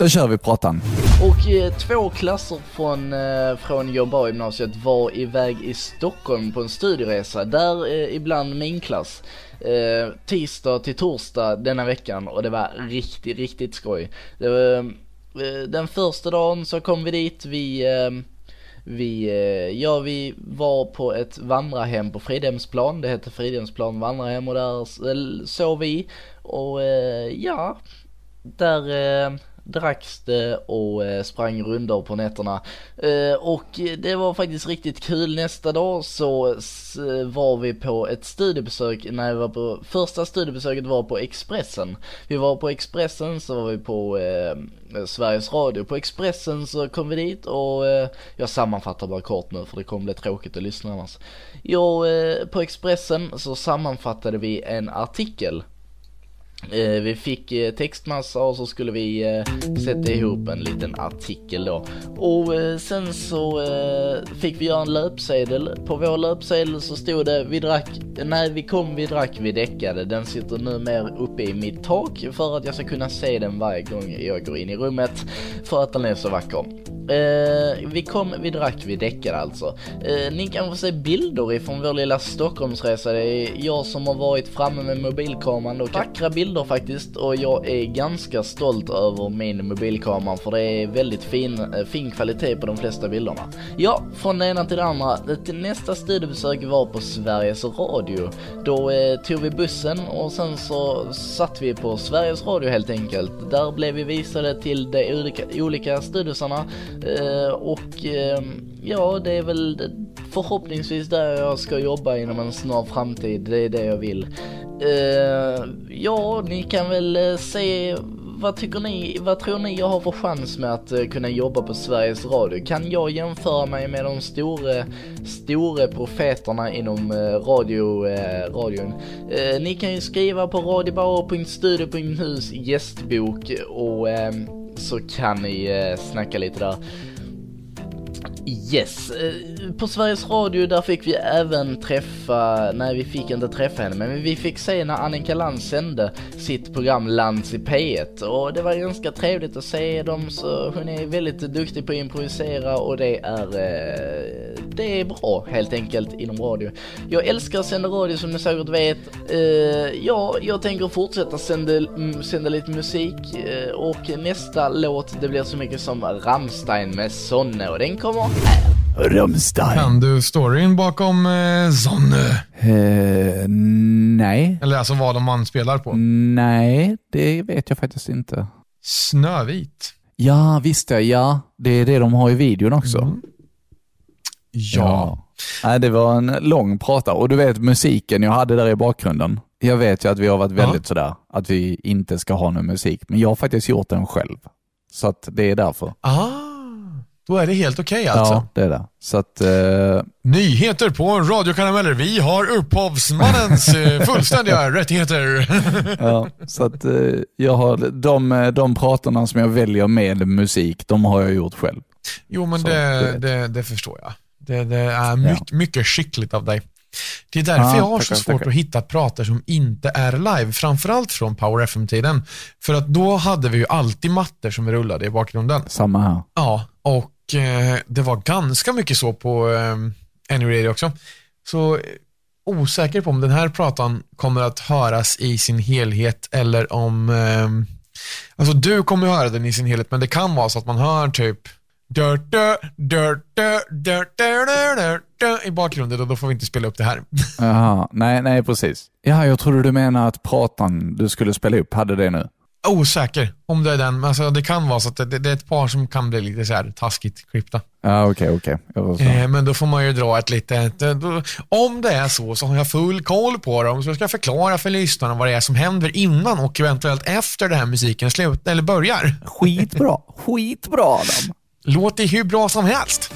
Då kör vi pratan. Och eh, två klasser från, eh, från Jobba-gymnasiet var iväg i Stockholm på en studieresa. Där eh, ibland min klass. Eh, tisdag till torsdag denna veckan, och det var riktigt, riktigt skoj. Det var, eh, den första dagen så kom vi dit, vi... Eh, Vi, ja, vi var på ett vandrarhem på Fridhemsplan. Det heter Fridhemsplan vandrarhem, och där sov vi. Och ja, där dracks det och sprang rundor på nätterna. Och det var faktiskt riktigt kul. Nästa dag så var vi på ett studiebesök. När vi var på, första studiebesöket var på Expressen. Vi var på Expressen, så var vi på eh, Sveriges Radio. På Expressen så kom vi dit, och eh, jag sammanfattar bara kort nu för det kommer bli tråkigt att lyssna annars. Jo, eh, på Expressen så sammanfattade vi en artikel. Eh, vi fick eh, textmassa, och så skulle vi eh, sätta ihop en liten artikel då. Och eh, sen så eh, fick vi göra en löpsedel. På vår löpsedel så stod det: vi drack, nej vi kom, vi drack, vi däckade. Den sitter nu mer uppe i mitt tak för att jag ska kunna se den varje gång jag går in i rummet, för att den är så vacker. Eh, vi kom, vi drack, vi däckade alltså. Eh, ni kan få se bilder ifrån vår lilla Stockholmsresa. Det är jag som har varit framme med mobilkameran, och vackra bilder faktiskt, och jag är ganska stolt över min mobilkamera, för det är väldigt fin, fin kvalitet på de flesta bilderna. Ja, från det ena till det andra. Till nästa studiebesök var på Sveriges Radio. Då eh, tog vi bussen, och sen så satt vi på Sveriges Radio helt enkelt. Där blev vi visade till de olika, olika studiosarna. Uh, och uh, ja, det är väl förhoppningsvis där jag ska jobba inom en snar framtid. Det är det jag vill. Uh, ja, ni kan väl uh, se, vad tycker ni, vad tror ni jag har för chans med att uh, kunna jobba på Sveriges Radio? Kan jag jämföra mig med de stora, stora profeterna inom uh, radio, uh, radion? Uh, ni kan ju skriva på radiobauer punkt studio punkt hus gästbok, och uh, så kan ni eh, snacka lite där. Yes, på Sveriges Radio där fick vi även träffa, nej vi fick inte träffa henne, men vi fick se när Annika Lantz sände sitt program Lantz i P ett, och det var ganska trevligt att se dem. Så hon är väldigt duktig på att improvisera, och det är det är bra helt enkelt inom radio. Jag älskar att sända radio, som ni säkert vet. Ja, jag tänker fortsätta sända, sända lite musik, och nästa låt det blir så mycket som Rammstein med Sonne, och den kommer här. Rammstein. Kan du storyn bakom eh, Sonne? Uh, nej. Eller alltså vad de man spelar på? Nej, det vet jag faktiskt inte. Snövit. Ja, visst det, ja. Det är det de har i videon också. Mm. Ja. ja. Nej, det var en lång prata. Och du vet musiken jag hade där i bakgrunden. Jag vet ju att vi har varit väldigt ja. sådär, att vi inte ska ha någon musik. Men jag har faktiskt gjort den själv. Så att det är därför. Ah. Då är det helt okej okay, alltså. Ja, det är det. Så att, uh... Nyheter på Radio Karameller. Vi har upphovsmannens fullständiga rättigheter. Ja, så att uh, jag har de, de pratarna som jag väljer med musik, de har jag gjort själv. Jo, men det, det, det förstår jag. Det, det är mycket, ja. mycket skickligt av dig. Det är därför ja, jag har tackar, så svårt tackar. att hitta pratar som inte är live. Framförallt från Power F M-tiden. För att då hade vi ju alltid mattor som rullade i bakgrunden. Samma här. Ja, och eh, det var ganska mycket så på eh, Any Radio också. Så eh, osäker på om den här pratan kommer att höras i sin helhet, eller om eh, alltså du kommer höra den i sin helhet, men det kan vara så att man hör typ Dirt, dirt, dirt, dirt, dirt, dirt, dirt, i bakgrunden, och då får vi inte spela upp det här. Jaha, nej, nej precis. Ja, jag trodde du menar att pratan du skulle spela upp hade det nu. Osäker om det är den, alltså det kan vara så att det, det är ett par som kan bli lite så här taskigt klippta. Ja, okej, okay, okej. Okay. Eh, men då får man ju dra ett litet, då, om det är så så har jag full koll på dem, så jag ska förklara för lyssnarna vad det är som händer innan och eventuellt efter det här musiken slut eller börjar. Skitbra, skitbra Adam. Låter hur bra som helst.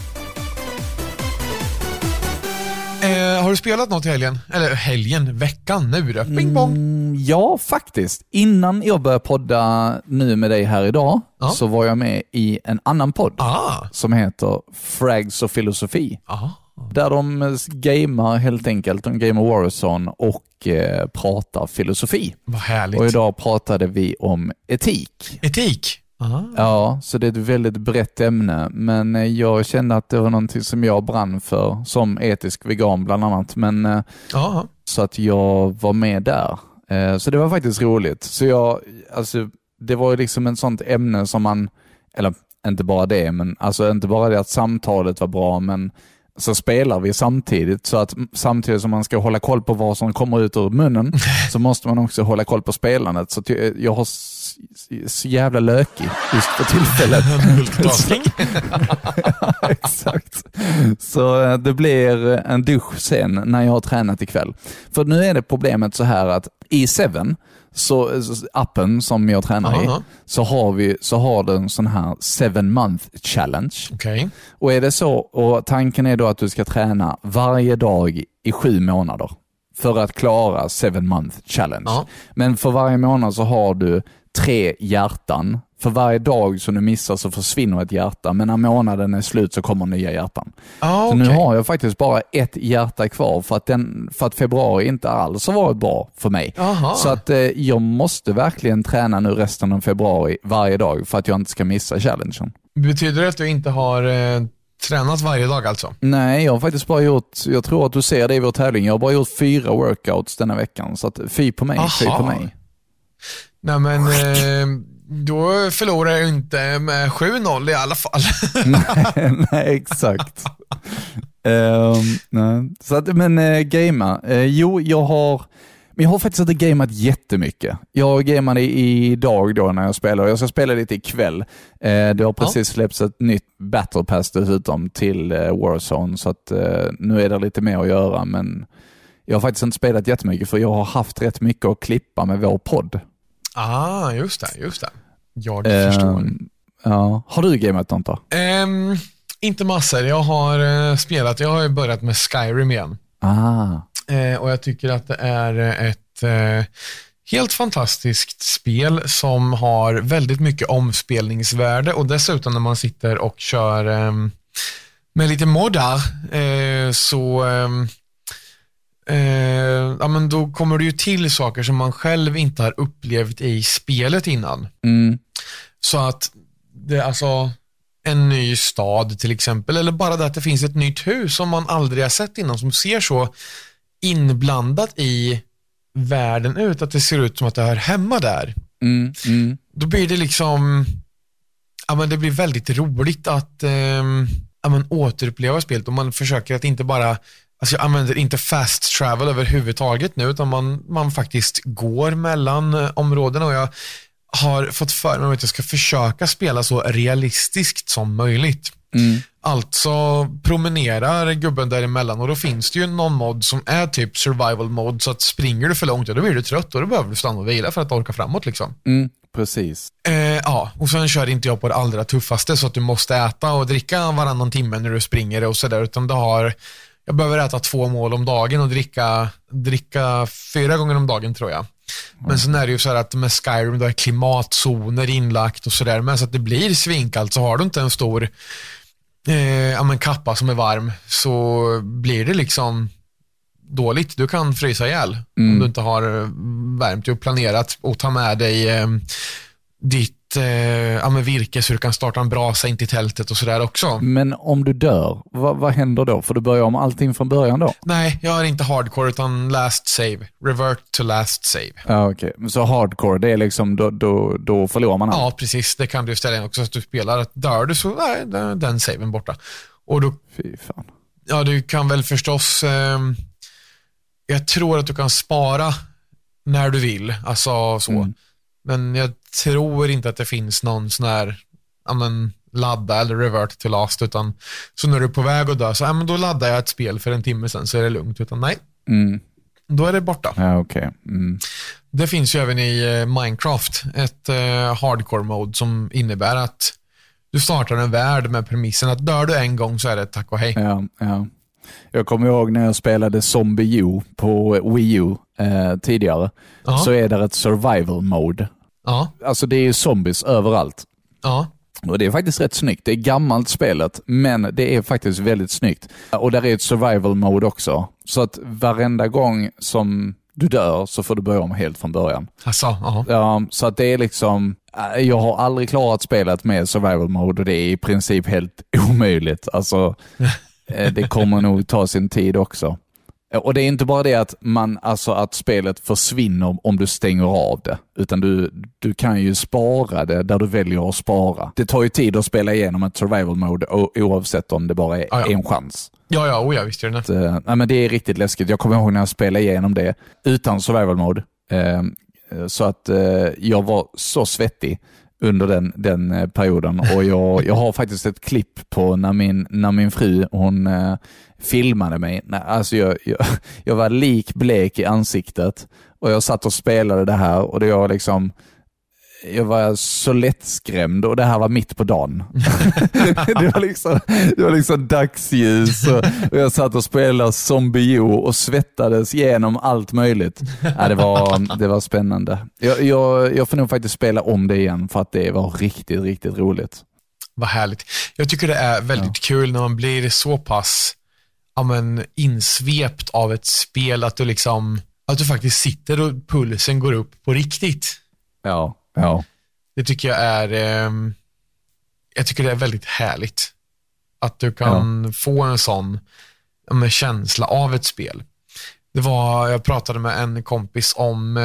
Eh, har du spelat något i helgen? Eller helgen, veckan nu då? Bing bong. Mm, ja, faktiskt. Innan jag började podda nu med dig här idag ah. så var jag med i en annan podd ah. som heter Frags och filosofi. Ah. Där de gamar helt enkelt, de gamar Warzone och eh, pratar filosofi. Vad härligt. Och idag pratade vi om etik. Etik? Aha. Ja, så det är ett väldigt brett ämne, men jag kände att det var någonting som jag brann för som etisk vegan bland annat, men Aha. så att jag var med där. Så det var faktiskt roligt. Så jag, alltså, det var ju liksom ett sånt ämne som man, eller inte bara det, men alltså inte bara det att samtalet var bra, men så spelar vi samtidigt, så att samtidigt som man ska hålla koll på vad som kommer ut ur munnen så måste man också hålla koll på spelandet. Så jag, jag har så jävla lökig just för tillfället. Ja, exakt. Så det blir en dusch sen när jag har tränat ikväll. För nu är det problemet så här att i Seven, så appen som jag tränar Aha. i, så har vi så har den sån här seven month challenge. Okay. Och är det så, och tanken är då att du ska träna varje dag i sju månader för att klara seven month challenge. Aha. Men för varje månad så har du tre hjärtan. För varje dag som du missar så försvinner ett hjärta, men när månaden är slut så kommer nya hjärtan. Ah, så okay. nu har jag faktiskt bara ett hjärta kvar för att, den, för att februari inte alls har varit bra för mig. Aha. Så att eh, jag måste verkligen träna nu resten av februari varje dag för att jag inte ska missa challengen. Betyder det att du inte har eh, tränat varje dag alltså? Nej, jag har faktiskt bara gjort, jag tror att du ser det i vår tävling, jag har bara gjort fyra workouts denna veckan, så att fy på mig, Aha. fy på mig. Nej men... Eh... Då förlorar jag inte med sju noll i alla fall. nej, nej, exakt. um, nej. Så att, men äh, gamea. Uh, jo, jag har men jag har faktiskt inte gameat jättemycket. Jag gamade idag då när jag spelar. Jag ska spela lite ikväll. Uh, det har precis ja. släppts ett nytt Battle Pass dessutom till uh, Warzone. Så att uh, nu är det lite mer att göra. Men jag har faktiskt inte spelat jättemycket för jag har haft rätt mycket att klippa med vår podd. Ah, just det, just det. Jag um, förstår. Ja. Har du gameat något då? Um, inte massor. Jag har uh, spelat, jag har ju börjat med Skyrim igen. Ah. Uh, och jag tycker att det är ett uh, helt fantastiskt spel som har väldigt mycket omspelningsvärde, och dessutom när man sitter och kör um, med lite moddar uh, så... Um, Eh, ja, men då kommer det ju till saker som man själv inte har upplevt i spelet innan. Mm. Så att det är alltså en ny stad till exempel, eller bara det att det finns ett nytt hus som man aldrig har sett innan, som ser så inblandat i världen ut att det ser ut som att det hör hemma där. Mm. Mm. Då blir det liksom, ja, men det blir väldigt roligt att eh, ja, men återuppleva spelet, och man försöker att inte bara, alltså jag använder inte fast travel överhuvudtaget nu, utan man, man faktiskt går mellan eh, områdena, och jag har fått för mig att jag ska försöka spela så realistiskt som möjligt. Mm. Alltså promenerar gubben däremellan, och då finns det ju någon mod som är typ survival mode, så att springer du för långt, ja, då blir du trött och då behöver du stanna och vila för att orka framåt liksom. Mm, precis. Eh, ja, och sen kör inte jag på det allra tuffaste så att du måste äta och dricka varannan timme när du springer och sådär, utan det har, jag behöver äta två mål om dagen och dricka, dricka fyra gånger om dagen tror jag. Men sen är det ju så här att med Skyrim då är klimatzoner inlagt och sådär, men så att det blir svinkallt, så har du inte en stor eh, ja, men kappa som är varm, så blir det liksom dåligt. Du kan frysa ihjäl mm. om du inte har värmt och planerat och ta med dig eh, ditt eh, ja, men virke så du kan starta en brasa in till tältet och sådär också. Men om du dör, vad, vad händer då? Får du börja om allting från början då? Nej, jag har inte hardcore utan last save. Revert to last save. Ja, okej. Okay. Så hardcore, det är liksom, då, då, då förlorar man allt? Ja, precis. Det kan du ställa in också, att du spelar. Att dör du så är den saven borta. Och då, fy fan. Ja, du kan väl förstås... Eh, jag tror att du kan spara när du vill. Alltså så. Mm. Men jag tror inte att det finns någon sån här ja, men, ladda eller revert till last, utan så när du är på väg att dö så ja, men då laddar jag ett spel för en timme sen så är det lugnt, utan nej. Mm. Då är det borta. Ja, okay. Mm. Det finns ju även i uh, Minecraft ett uh, hardcore mode som innebär att du startar en värld med premissen att dör du en gång så är det tack och hej. Ja, ja. Jag kommer ihåg när jag spelade Zombie U på Wii U eh, tidigare. Aha. Så är det ett survival mode. Ja. Alltså det är zombies överallt. Ja. Och det är faktiskt rätt snyggt. Det är gammalt spelet, men det är faktiskt väldigt snyggt. Och där är ett survival mode också. Så att varenda gång som du dör så får du börja om helt från början. Alltså, aha. Ja, så att det är liksom, Jag har aldrig klarat spelet med survival mode och det är i princip helt omöjligt. Alltså, det kommer nog ta sin tid också. Och det är inte bara det att, man, alltså att spelet försvinner om du stänger av det, utan du, du kan ju spara det där du väljer att spara. Det tar ju tid att spela igenom ett survival mode oavsett om det bara är ah, ja. en chans. Ja, ja, oh, ja visst är det. Att, äh, nej, men det är riktigt läskigt. Jag kommer ihåg när jag spelade igenom det utan survival mode. Eh, så att eh, jag var så svettig under den, den perioden. Och jag, jag har faktiskt ett klipp på när min, när min fru, hon eh, filmade mig. Alltså jag, jag, jag var likblek i ansiktet och jag satt och spelade det här och det var liksom, jag var så lättskrämd och det här var mitt på dagen. det, var liksom, det var liksom dagsljus och, och jag satt och spelade Zombie och svettades genom allt möjligt. Ja, det, var, det var spännande. Jag, jag, jag får nog faktiskt spela om det igen för att det var riktigt, riktigt roligt. Vad härligt. Jag tycker det är väldigt ja. kul när man blir så pass ja, men, insvept av ett spel att du liksom att du faktiskt sitter och pulsen går upp på riktigt. Ja. Ja. Det tycker jag är eh, jag tycker det är väldigt härligt att du kan ja. få en sån med känsla av ett spel. Det var, jag pratade med en kompis om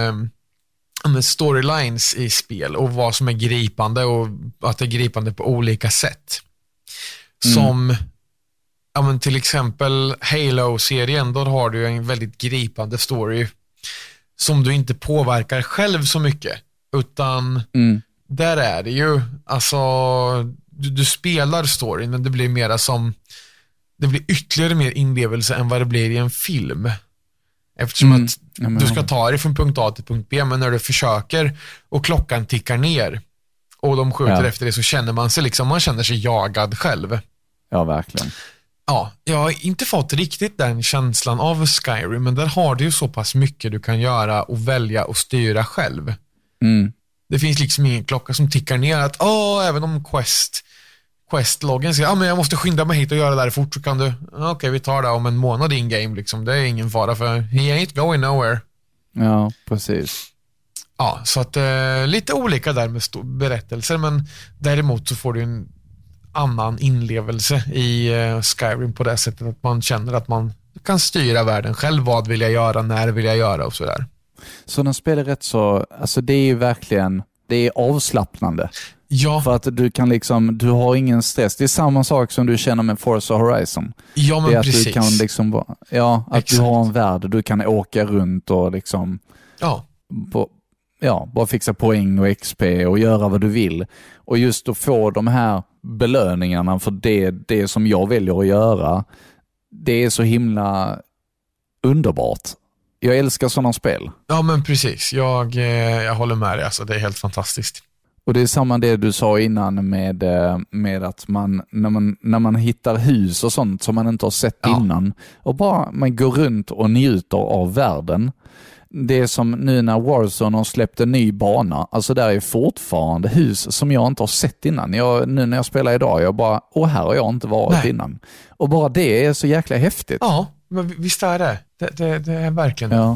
eh, storylines i spel och vad som är gripande och att det är gripande på olika sätt. Mm. Som ja, men till exempel Halo-serien, då har du en väldigt gripande story som du inte påverkar själv så mycket. Utan mm. där är det ju alltså du, du spelar storyn men det blir mera som det blir ytterligare mer inlevelse än vad det blir i en film. Eftersom mm. att ja, du ska ta dig från punkt A till punkt B, men när du försöker och klockan tickar ner och de skjuter ja. efter det så känner man sig liksom, man känner sig jagad själv. Ja, verkligen. Ja, jag har inte fått riktigt den känslan av Skyrim, men där har du ju så pass mycket du kan göra och välja och styra själv. Mm. Det finns liksom ingen klocka som tickar ner att åh, även om Quest Quest-loggen säger, ja ah, men jag måste skynda mig hit och göra det där fort, så kan du, okej okay, vi tar det om en månad in game liksom, det är ingen fara för he ain't going nowhere. Ja, precis. Ja, så att eh, lite olika där med st- berättelser, men däremot så får du en annan inlevelse i eh, Skyrim på det sättet att man känner att man kan styra världen själv, vad vill jag göra, när vill jag göra och sådär. Så den spelar rätt så, alltså det är ju verkligen, det är avslappnande. Ja. För att du kan liksom, du har ingen stress. Det är samma sak som du känner med Forza Horizon. Ja, men det är att precis. Du kan liksom, ja, att Exakt. Du har en värld, du kan åka runt och liksom ja. På, ja, bara fixa poäng och X P och göra vad du vill. Och just att få de här belöningarna för det, det som jag väljer att göra, det är så himla underbart. Jag älskar sådana spel. Ja, men precis. Jag, jag håller med dig. Alltså, det är helt fantastiskt. Och det är samma det du sa innan med, med att man när, man när man hittar hus och sånt som man inte har sett ja. innan och bara man går runt och njuter av världen. Det är som nu när Warzone har släppt en ny bana. Alltså där är fortfarande hus som jag inte har sett innan. Jag, nu när jag spelar idag, jag bara, åh här har jag inte varit Nej. innan. Och bara det är så jäkla häftigt. Ja, men visst är det. Det, det, det är verkligen. Ja.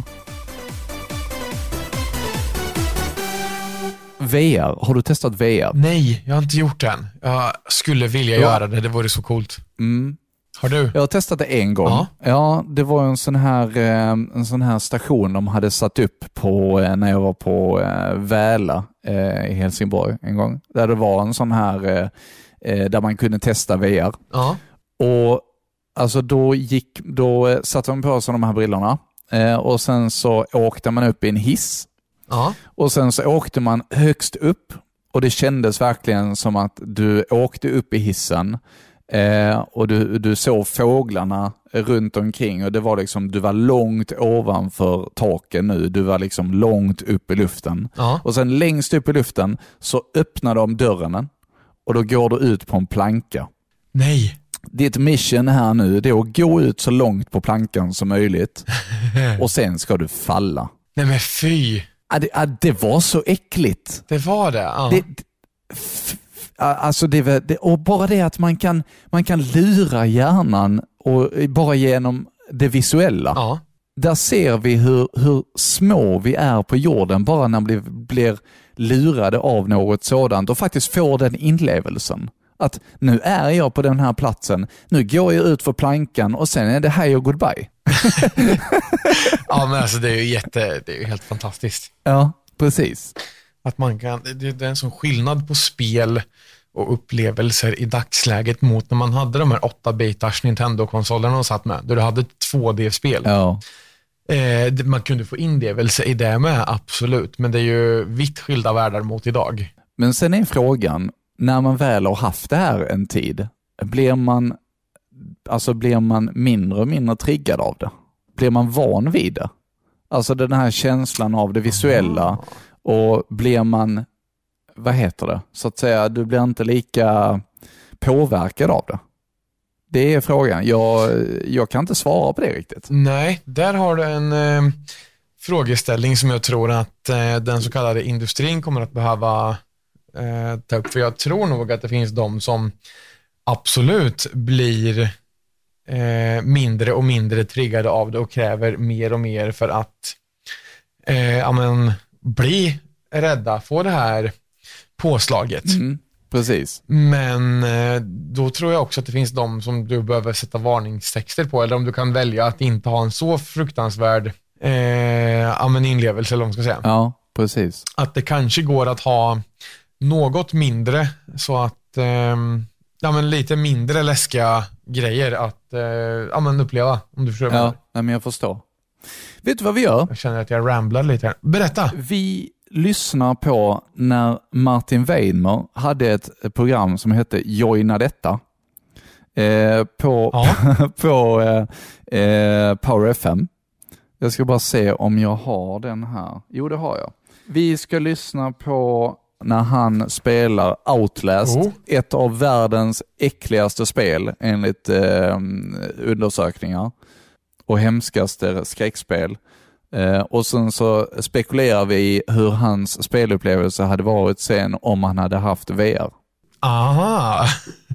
V R, har du testat V R? Nej, jag har inte gjort det än. Jag skulle vilja ja. göra det, det vore så coolt. Mm. Har du? Jag har testat det en gång. Ja, ja det var en sån här en sån här station de hade satt upp på när jag var på Väla i Helsingborg en gång. Där det var en sån här där man kunde testa V R. Ja. Och alltså då gick då satte man på sig de här brillorna och sen så åkte man upp i en hiss. Ja. Och sen så åkte man högst upp och det kändes verkligen som att du åkte upp i hissen eh, och du, du såg fåglarna runt omkring och det var liksom, du var långt ovanför taken nu, du var liksom långt upp i luften. Ja. Och sen längst upp i luften så öppnar de dörren och då går du ut på en planka. Nej. Ditt mission här nu det är att gå ut så långt på plankan som möjligt och sen ska du falla. Nej men fy. Ja, det, ja, det var så äckligt. Det var det, ja. Det, f, alltså det, det, och bara det att man kan, man kan lura hjärnan och bara genom det visuella. Ja. där ser vi hur, hur små vi är på jorden bara när vi blir lurade av något sådant och faktiskt får den inlevelsen. Att nu är jag på den här platsen, nu går jag ut för plankan och sen är det hej och goodbye. Ja, men alltså det är ju jätte, det är ju helt fantastiskt. Ja, precis. Att man kan, det, det är en sån skillnad på spel och upplevelser i dagsläget mot när man hade de här åtta bitars Nintendo-konsolerna och satt med, där du hade två D-spel. Ja. Eh, man kunde få inlevelse i det med, absolut, men det är ju vitt skilda världar mot idag. Men sen är frågan, när man väl har haft det här en tid, blir man, alltså blir man mindre och mindre triggad av det? Blir man van vid det? Alltså den här känslan av det visuella, och blir man, vad heter det, så att säga, du blir inte lika påverkad av det. Det är frågan. Jag, jag kan inte svara på det riktigt. Nej, där har du en eh, frågeställning som jag tror att eh, den så kallade industrin kommer att behöva eh, ta upp. För jag tror nog att det finns de som absolut blir eh, mindre och mindre triggade av det och kräver mer och mer för att eh, ja, men, bli rädda, få det här påslaget. Mm, precis. Men eh, då tror jag också att det finns de som du behöver sätta varningstexter på, eller om du kan välja att inte ha en så fruktansvärd eh, ja, men inlevelse, eller vad man ska säga. Ja, precis. Att det kanske går att ha något mindre, så att eh, ja, men lite mindre läskiga grejer att eh, ja, men uppleva, om du förstår vad jag menar. Ja, nej, men jag förstår. Vet du vad vi gör? Jag känner att jag ramblar lite här. Berätta! Vi lyssnar på när Martin Weimer hade ett program som hette Joina detta eh, på, Ja. på eh, eh, Power F M. Jag ska bara se om jag har den här. Jo, det har jag. Vi ska lyssna på när han spelar Outlast, Oh. ett av världens äckligaste spel enligt eh, undersökningar, och hemskaste skräckspel. Eh, och sen så spekulerar vi i hur hans spelupplevelse hade varit sen om han hade haft V R. Aha!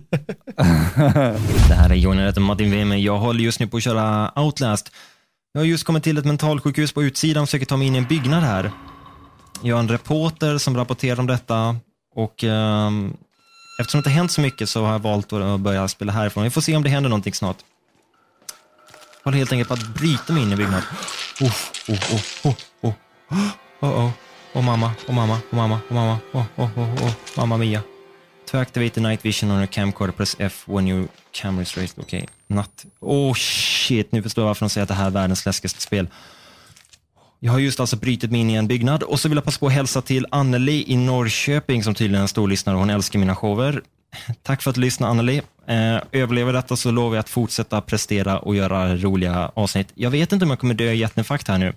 Det här är Jonas och Martin Weimer. Jag håller just nu på att köra Outlast. Jag har just kommit till ett mentalsjukhus på utsidan och försöker ta mig in i en byggnad här. Jag är en reporter som rapporterar om detta, och um, eftersom det inte hänt så mycket så har jag valt att börja spela härifrån. Vi får se om det händer någonting snart. Jag håller helt enkelt på att bryta mig in i byggnad. Oh, oh, oh, oh, oh. Oh, oh. Oh, mamma, oh, mamma, oh, mamma, oh, mamma, oh, oh, oh, oh, mamma mia. To activate the night vision on your camcorder, press F when your camera is raised. Okej, okay. Natt. Oh shit, nu förstår jag varför de säger att det här är världens läskigaste spel. Jag har just alltså brytit mig in i en byggnad, och så vill jag passa på att hälsa till Anneli i Norrköping som tydligen är en stor lyssnare och hon älskar mina shower. Tack för att du lyssnar, Anneli. Eh, överlever detta så lovar jag att fortsätta prestera och göra roliga avsnitt. Jag vet inte om jag kommer dö i hjärtinfarkt här nu.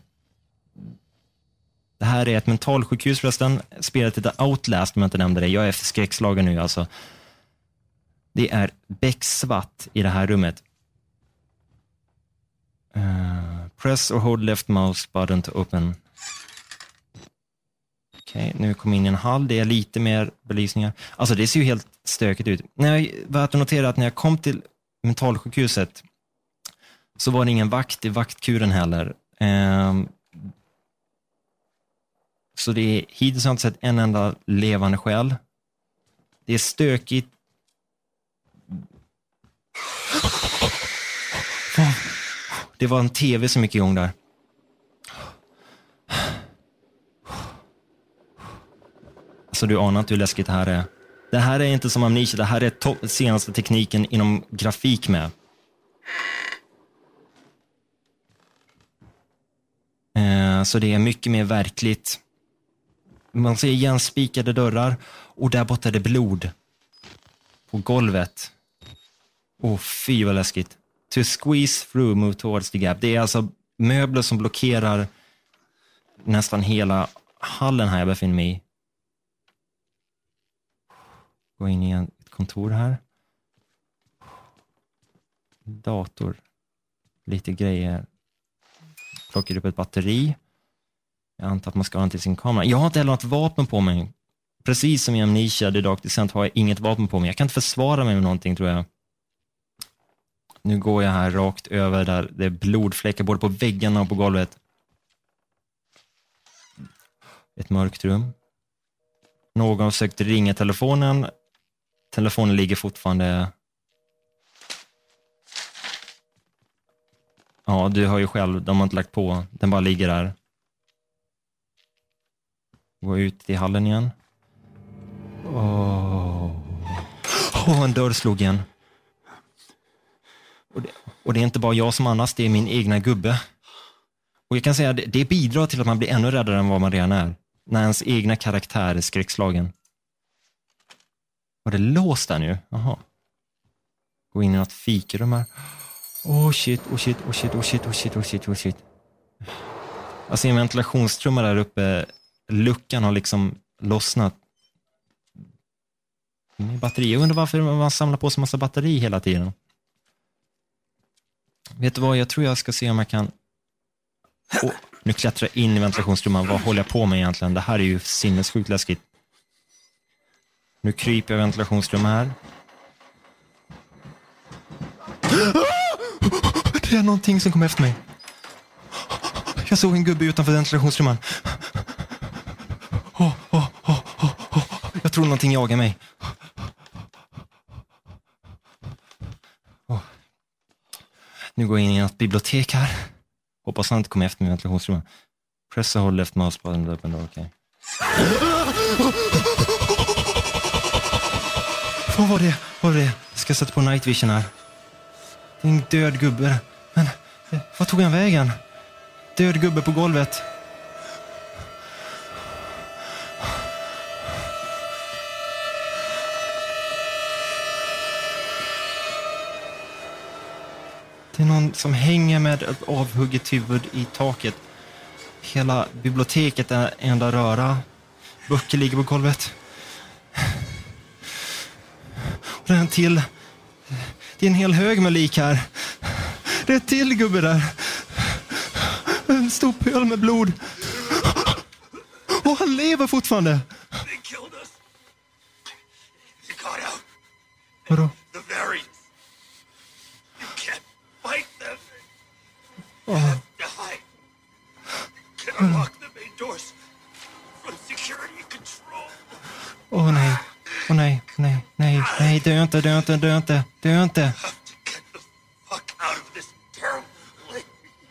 Det här är ett mentalsjukhus förresten. Spelet heter Outlast om jag inte nämnde det. Jag är för skräckslagen nu alltså. Det är becksvart i det här rummet. Uh, press or hold left mouse button to open. Okej, okay, nu kom in i en hall. Det är lite mer belysningar. Alltså det ser ju helt stökigt ut. När jag var att notera att när jag kom till mentalsjukhuset så var det ingen vakt i vaktkuren heller. Um, så det är hittills har jag inte sett en enda levande själ. Det är stökigt. Det var en tv som gick igång där. Så du anar inte hur läskigt det här är. Det här är inte som Amnesia. Det här är to- senaste tekniken inom grafik med. Eh, så det är mycket mer verkligt. Man ser igen spikade dörrar. Och där borta är det blod. På golvet. Åh, oh, fy vad läskigt. To squeeze through, move towards the gap. Det är alltså möbler som blockerar nästan hela hallen här jag befinner mig i. Gå in i ett kontor här. Dator. Lite grejer. Plockar upp ett batteri. Jag antar att man ska ha den till sin kamera. Jag har inte heller något vapen på mig. Precis som i Amnesia, The Dark Descent, har jag inget vapen på mig. Jag kan inte försvara mig med någonting, tror jag. Nu går jag här rakt över där det är blodfläckar både på väggarna och på golvet. Ett mörkt rum. Någon försökte ringa telefonen. Telefonen ligger fortfarande... Ja, du hör ju själv. De har inte lagt på. Den bara ligger där. Gå ut i hallen igen. Åh, oh, en dörr slog igen. Och det, och det är inte bara jag som annars, det är min egna gubbe. Och jag kan säga att det, det bidrar till att man blir ännu räddare än vad man redan är. När ens egna karaktär är skräckslagen. Var det låst där nu? Jaha. Gå in i något fikarum här. Oh shit, oh shit, oh shit, oh shit, oh shit, oh shit, oh shit. Alltså en ventilationstrumma där uppe. Luckan har liksom lossnat. Batteri. Jag undrar varför man samlar på sig massa batteri hela tiden. Vet du vad, jag tror jag ska se om jag kan... Oh, nu klättrar jag in i ventilationstrumman. Vad håller jag på med egentligen? Det här är ju sinnessjukt läskigt. Nu kryper jag i ventilationstrumman här. Det är någonting som kommer efter mig. Jag såg en gubbe utanför ventilationstrumman. Oh, oh, oh, oh, oh. Jag tror någonting jagar mig. Oh. Nu går jag in i ett bibliotek här. Hoppas han inte kommer efter mig i ventilationsrummet. Press och hold left mouse button to open door, okej. Vad var det? Vad var det? Jag ska sätta på night vision här. Det är en död gubbe. Men vad tog han vägen? Död gubbe på golvet. Det är någon som hänger med ett avhugget huvud i taket. Hela biblioteket är enda röra. Böcker ligger på golvet. Och det är en till. Det är en hel hög med lik här. Det är ett till gubbe där. En stor pöl med blod. Och han lever fortfarande. They killed us. You got out. Vadå? The variants. You can't fight them. Oh. You hide. You can unlock the main doors from security control. Åh oh, nej. Åh oh, nej, nej, nej, nej, dö inte, dö inte, dö inte, dö inte. Have to get the fuck out of this terrible place.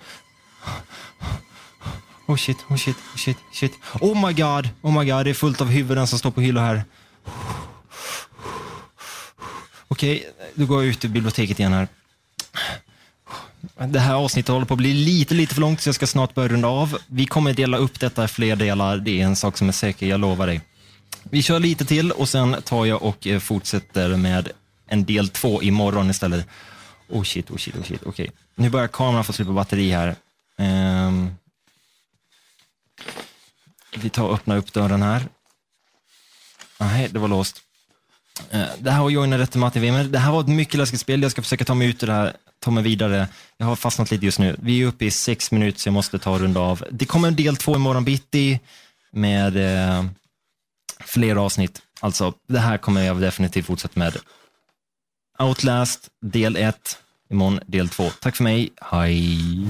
Oh shit, oh shit, oh shit, shit. Oh my god, oh my god, det är fullt av huvuden som står på hyllor här. Okej, okay, då går jag ut ur biblioteket igen här. Det här avsnittet håller på att bli lite, lite för långt så jag ska snart börja runda av. Vi kommer dela upp detta i fler delar, det är en sak som är säker, jag lovar dig. Vi kör lite till och sen tar jag och fortsätter med en del två imorgon istället. Oh shit, oh shit, oh shit, okej. Okay. Nu börjar kameran få slut på batteri här. Um, vi tar och öppnar upp dörren här. Nej, det var låst. Uh, det här var Joina rätt till Matti V, men det här var ett mycket läskigt spel. Jag ska försöka ta mig ut ur det här, ta mig vidare. Jag har fastnat lite just nu. Vi är uppe i sex minuter så jag måste ta runda av. Det kommer en del två imorgon bitti med... Uh, fler avsnitt. Alltså, det här kommer jag definitivt fortsätta med. Outlast, del ett. Imorgon, del två. Tack för mig. Hej.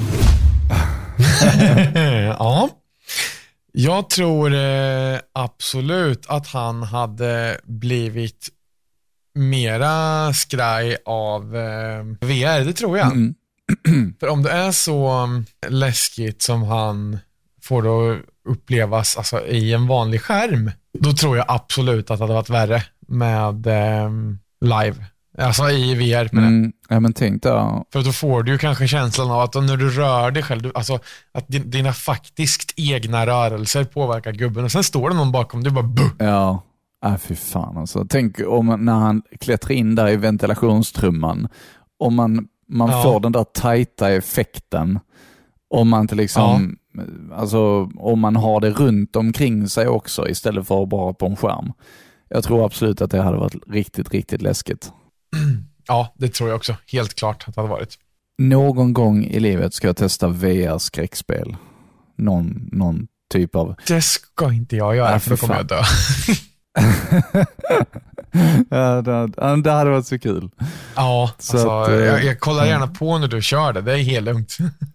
Ja. Jag tror eh, absolut att han hade blivit mera skraj av eh, V R. Det tror jag. Mm. För om det är så läskigt som han får då upplevas alltså, i en vanlig skärm, då tror jag absolut att det hade varit värre med eh, live. Alltså i V R. Med mm, ja, men tänk då. För då får du ju kanske känslan av att när du rör dig själv, du, alltså att dina faktiskt egna rörelser påverkar gubben och sen står det någon bakom, du bara buh. Ja, äh, fy fan alltså. Tänk om när han klättrar in där i ventilationstrumman, om man, man ja. får den där tajta effekten, om man inte liksom ja. alltså om man har det runt omkring sig också istället för bara på en skärm. Jag tror absolut att det hade varit riktigt, riktigt läskigt. Ja, det tror jag också. Helt klart att det hade varit. Någon gång i livet ska jag testa V R-skräckspel. Någon, någon typ av... Det ska inte jag göra, ja, för då kommer jag dö. Ja, det, det hade varit så kul. Ja, Så alltså, att, eh, jag, jag kollar gärna på när du kör det. Det är helt lugnt.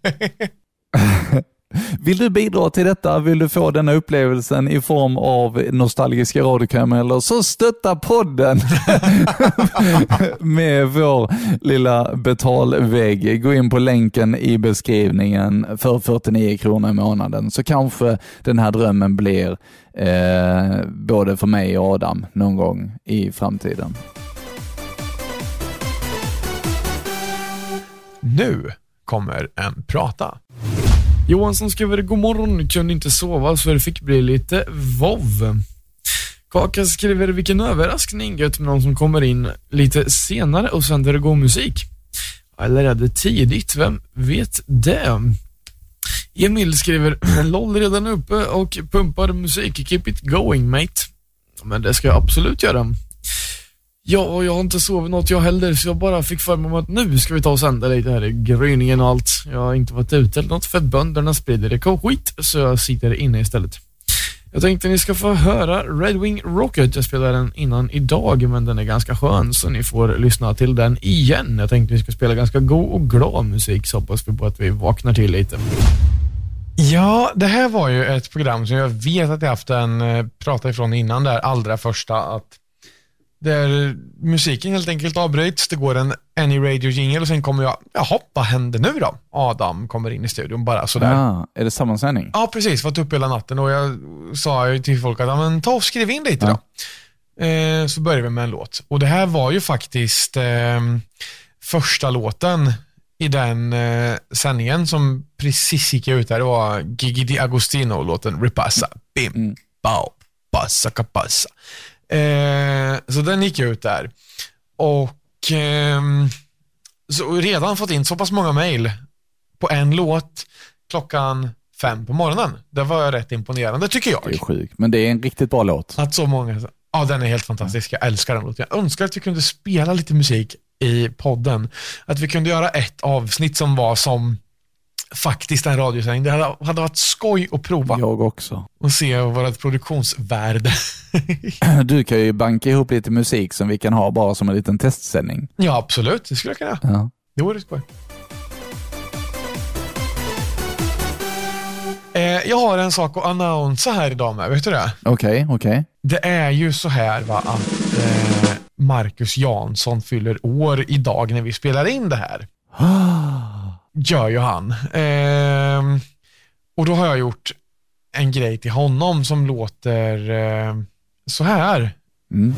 Vill du bidra till detta? Vill du få denna upplevelsen i form av nostalgiska radiokarameller, så stötta podden med vår lilla betalvägg. Gå in på länken i beskrivningen för fyrtionio kronor i månaden, så kanske den här drömmen blir eh, både för mig och Adam någon gång i framtiden. Nu kommer en prata. Johansson skriver god morgon, kunde inte sova så det fick bli lite vov. Kaka skriver vilken överraskning, gött med någon som kommer in lite senare och sänder god musik. Eller är det tidigt, vem vet det? Emil skriver LOL redan uppe och pumpar musik, keep it going mate. Men det ska jag absolut göra. Ja, jag har inte sovit något jag heller, så jag bara fick för mig att nu ska vi ta och sända lite här i gryningen och allt. Jag har inte varit ute eller något för bönderna sprider det skit, så jag sitter inne istället. Jag tänkte ni ska få höra Red Wing Rocket. Jag spelade den innan idag, men den är ganska skön, så ni får lyssna till den igen. Jag tänkte vi ska spela ganska god och glad musik, så hoppas vi på att vi vaknar till lite. Ja, det här var ju ett program som jag vet att jag haft en prata ifrån innan, där allra första, att där musiken helt enkelt avbryts. Det går en Any Radio jingle och sen kommer jag, jaha, vad händer nu då? Adam kommer in i studion bara sådär. Ah, är det sammansändning? Ja, precis. Varit uppe hela natten och jag sa ju till folk att ja, men ta och skriv in lite ja. då. Eh, så börjar vi med en låt. Och det här var ju faktiskt eh, första låten i den eh, sändningen som precis gick ut där. Det var Gigi D'Agostino-låten Ripassa. Bim, mm. Bao, passa, kapassa. Eh, så den gick ut där. Och eh, så redan fått in så pass många mejl på en låt klockan fem på morgonen. Det var rätt imponerande tycker jag. Det är sjukt, men det är en riktigt bra låt. Att så många, ja, den är helt fantastisk. Jag älskar den låten. Jag önskar att vi kunde spela lite musik i podden. Att vi kunde göra ett avsnitt som var som faktiskt en radiosändning. Det hade, hade varit skoj att prova. Jag också. Och se vårt produktionsvärde. Du kan ju banka ihop lite musik som vi kan ha bara som en liten testsändning. Ja, absolut. Det skulle jag kunna. Ja. Det vore skoj. Eh, jag har en sak att annonsa här idag med. Vet du det? Okej, okay, okej. Okay. Det är ju så här va, att eh, Marcus Jansson fyller år idag när vi spelar in det här. Gör ju han. Eh, och då har jag gjort en grej till honom som låter eh, så här. Mm.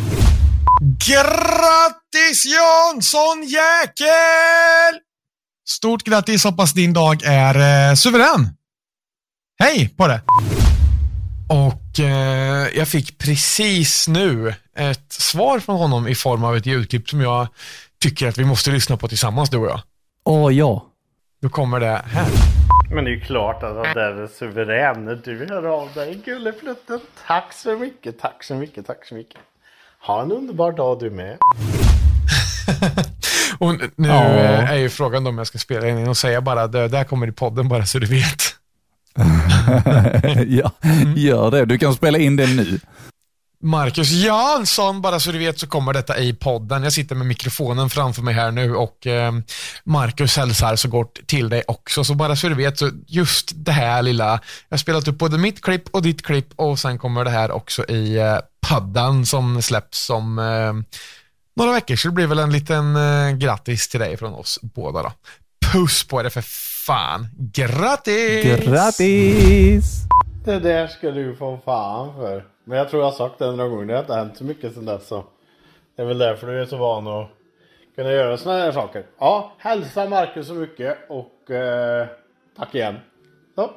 Grattis Jansson jäkel! Stort grattis, hoppas din dag är eh, suverän. Hej på det! Och eh, jag fick precis nu ett svar från honom i form av ett ljudklipp som jag tycker att vi måste lyssna på tillsammans, du och jag. Åh ja. Då kommer det här. Men det är ju klart att det är suverän när du hör av dig, gulleflutten. Tack så mycket, tack så mycket, tack så mycket. Ha en underbar dag du med. Och nu ja. är ju frågan om jag ska spela in och säga bara det där kommer i podden bara så du vet. Ja, gör det. Du kan spela in det nu. Marcus Jansson, bara så du vet så kommer detta i podden. Jag sitter med mikrofonen framför mig här nu och eh, Marcus hälsar så gott till dig också. Så bara så du vet, så just det här lilla, jag har spelat upp både mitt klipp och ditt klipp och sen kommer det här också i eh, paddan som släpps om eh, några veckor. Så det blir väl en liten eh, grattis till dig från oss båda då. Puss på det för fan. Grattis! Grattis! Det där ska du få fan för. Men jag tror jag har sagt det några gånger. Det har inte hänt så mycket sedan dess. Så det är väl därför du är så van att kunna göra såna här saker. Ja, hälsa Marcus så mycket. Och eh, tack igen. Så.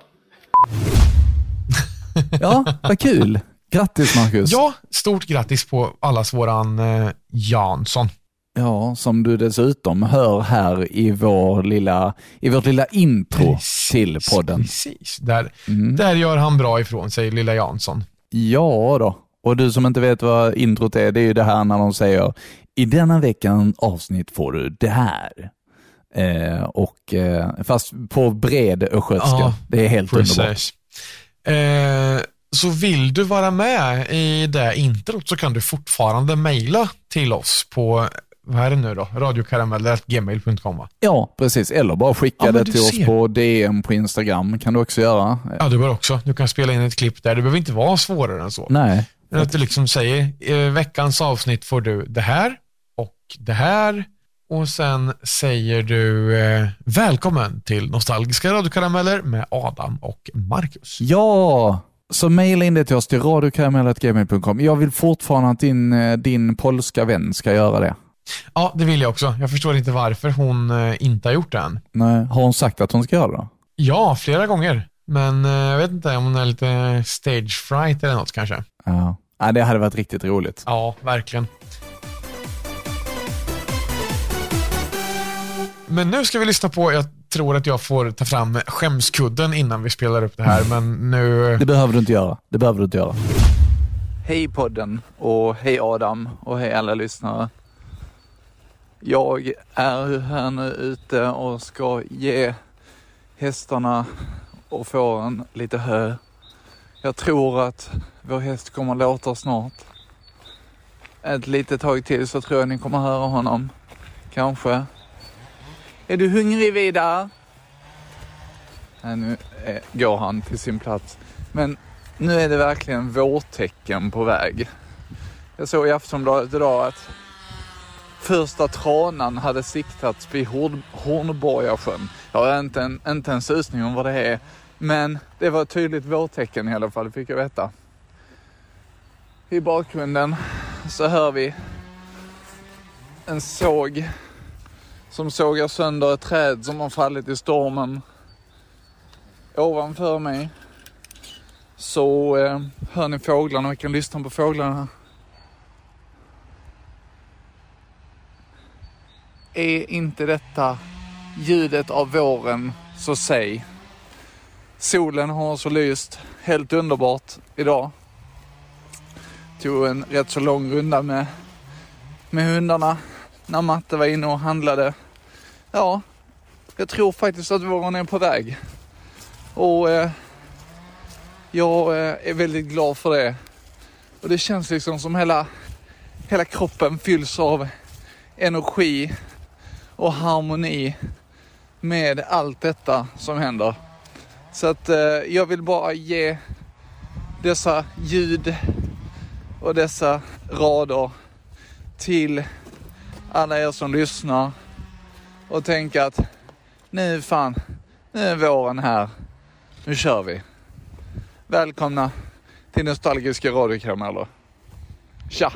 Ja, vad kul. Grattis Marcus. Ja, stort grattis på allas våran eh, Jansson. Ja, som du dessutom hör här i vår lilla i vårt lilla intro precis, till podden. Precis, där, mm. där gör han bra ifrån sig, lilla Jansson. Ja då, och du som inte vet vad introt är, det är ju det här när de säger i denna veckan avsnitt får du det här. Eh, och eh, fast på bred östgötska. Ja, det är helt precis. Underbart. Eh, så vill du vara med i det introt så kan du fortfarande mejla till oss på vad är det nu då? radiokarameller snabel-a gmail punkt com va? Ja, precis. Eller bara skicka Ja, det du till ser. oss på D M på Instagram. Kan du också göra. Ja, det går också. Du kan spela in ett klipp där. Det behöver inte vara svårare än så. Nej. Men att du liksom säger, i veckans avsnitt får du det här och det här. Och sen säger du eh, välkommen till Nostalgiska radiokarameller med Adam och Marcus. Ja, så mejla in det till oss till radiokarameller snabel-a gmail punkt com. Jag vill fortfarande att din, eh, din polska vän ska göra det. Ja, det vill jag också. Jag förstår inte varför hon eh, inte har gjort det än. Nej, har hon sagt att hon ska göra det? Ja, flera gånger. Men eh, jag vet inte om hon är lite stage fright eller något kanske. Ja. Ja, det hade varit riktigt roligt. Ja, verkligen. Men nu ska vi lyssna på, jag tror att jag får ta fram skämskudden innan vi spelar upp det här, men nu... Det behöver du inte göra. Det behöver du inte göra. Hej podden och hej Adam och hej alla lyssnare. Jag är här nu ute och ska ge hästarna och fåren lite hö. Jag tror att vår häst kommer låta snart. Ett litet tag till så tror jag ni kommer höra honom. Kanske. Är du hungrig Vidar? Nej, nu är, går han till sin plats. Men nu är det verkligen vårtecken på väg. Jag såg i Aftonbladet idag att första tranan hade siktats vid Horn, Hornborgasjön. Jag har inte en, inte en susning om vad det är. Men det var ett tydligt vårtecken i alla fall, fick jag veta. I bakgrunden så hör vi en såg som sågar sönder ett träd som har fallit i stormen. Ovanför mig så eh, hör ni fåglarna och vi kan lyssna på fåglarna. Är inte detta ljudet av våren, så säg. Solen har så lyst, helt underbart idag. Tog en rätt så lång runda med, med hundarna när Matte var inne och handlade. Ja, jag tror faktiskt att våren är på väg. Och eh, jag eh, är väldigt glad för det. Och det känns liksom som hela, hela kroppen fylls av energi och harmoni med allt detta som händer. Så att eh, jag vill bara ge dessa ljud och dessa rader till alla er som lyssnar och tänka att nu fan, nu är våren här. Nu kör vi. Välkomna till Nostalgiska radiokarameller. Tja!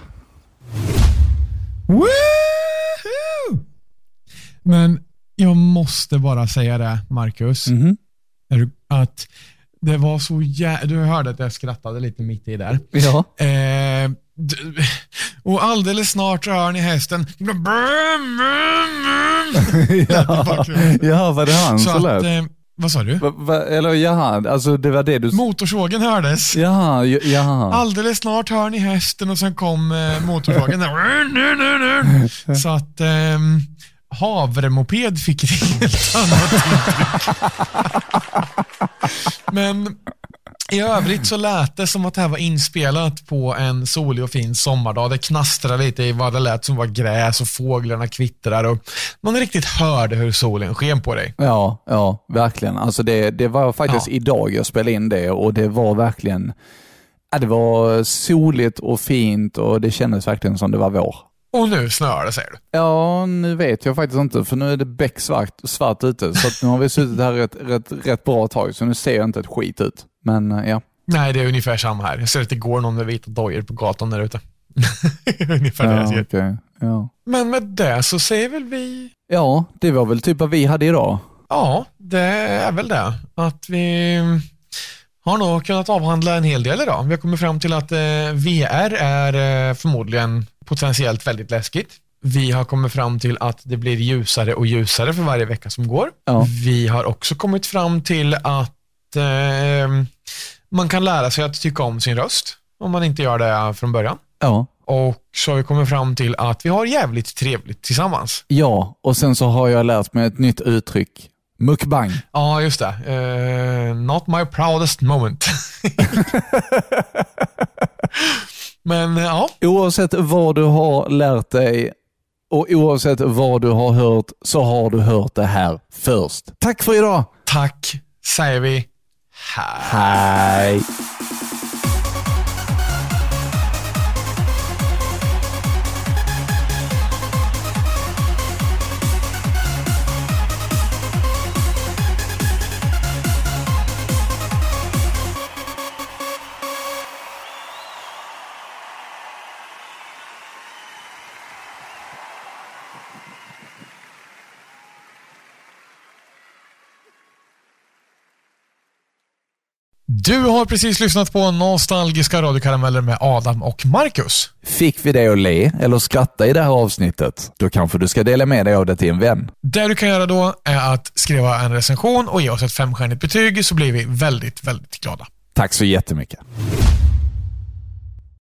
Woohoo! Men jag måste bara säga det, Marcus. Mhm. Är du, att det var så jä... Du hörde att jag skrattade lite mitt i där. Ja. Eh, d- och alldeles snart hör ni hästen. ja. ja, vad det han så, Så så att, lät. eh, vad sa du? Va, va, eller jaha, alltså det var det du... Motorsågen hördes. Jaha, j- jaha. Alldeles snart hör ni hästen och sen kom eh, motorsågen. Så att eh, havremoped fick ett helt annat intryck. Men i övrigt så lät det som att det här var inspelat på en solig och fin sommardag. Det knastrade lite i vad det lät som var gräs och fåglarna kvittrar och man riktigt hörde hur solen sken på dig. Ja, ja, verkligen. Alltså det, det var faktiskt Ja. idag jag spelade in det och det var verkligen, ja, det var soligt och fint och det kändes verkligen som det var vår. Och nu snöar det, säger du. Ja, nu vet jag faktiskt inte, för nu är det becksvart svart ute, så att nu har vi suttit här rätt, rätt, rätt bra tag, så nu ser jag inte ett skit ut. Men ja. Nej, det är ungefär samma här. Jag ser att det går någon med vita dojor på gatan där ute. Ungefär det jag Ja, ser. okay. Ja. Men med det så säger väl vi... ja, det var väl typ vad vi hade idag. Ja, det är väl det. Att vi har nog kunnat avhandla en hel del idag. Vi har kommit fram till att eh, V R är eh, förmodligen potentiellt väldigt läskigt. Vi har kommit fram till att det blir ljusare och ljusare för varje vecka som går. Ja. Vi har också kommit fram till att eh, man kan lära sig att tycka om sin röst om man inte gör det från början. Ja. Och så har vi kommit fram till att vi har jävligt trevligt tillsammans. Ja, och sen så har jag lärt mig ett nytt uttryck. Mukbang. Ja, just det. Uh, not my proudest moment. Men ja. Oavsett vad du har lärt dig Och oavsett vad du har hört så har du hört det här först. Tack för idag! Tack, säger vi. Hej. Hej. Du har precis lyssnat på Nostalgiska radiokarameller med Adam och Marcus. Fick vi dig att le eller skratta i det här avsnittet? Då kanske du ska dela med dig av det till en vän. Det du kan göra då är att skriva en recension och ge oss ett femstjärnigt betyg, så blir vi väldigt, väldigt glada. Tack så jättemycket.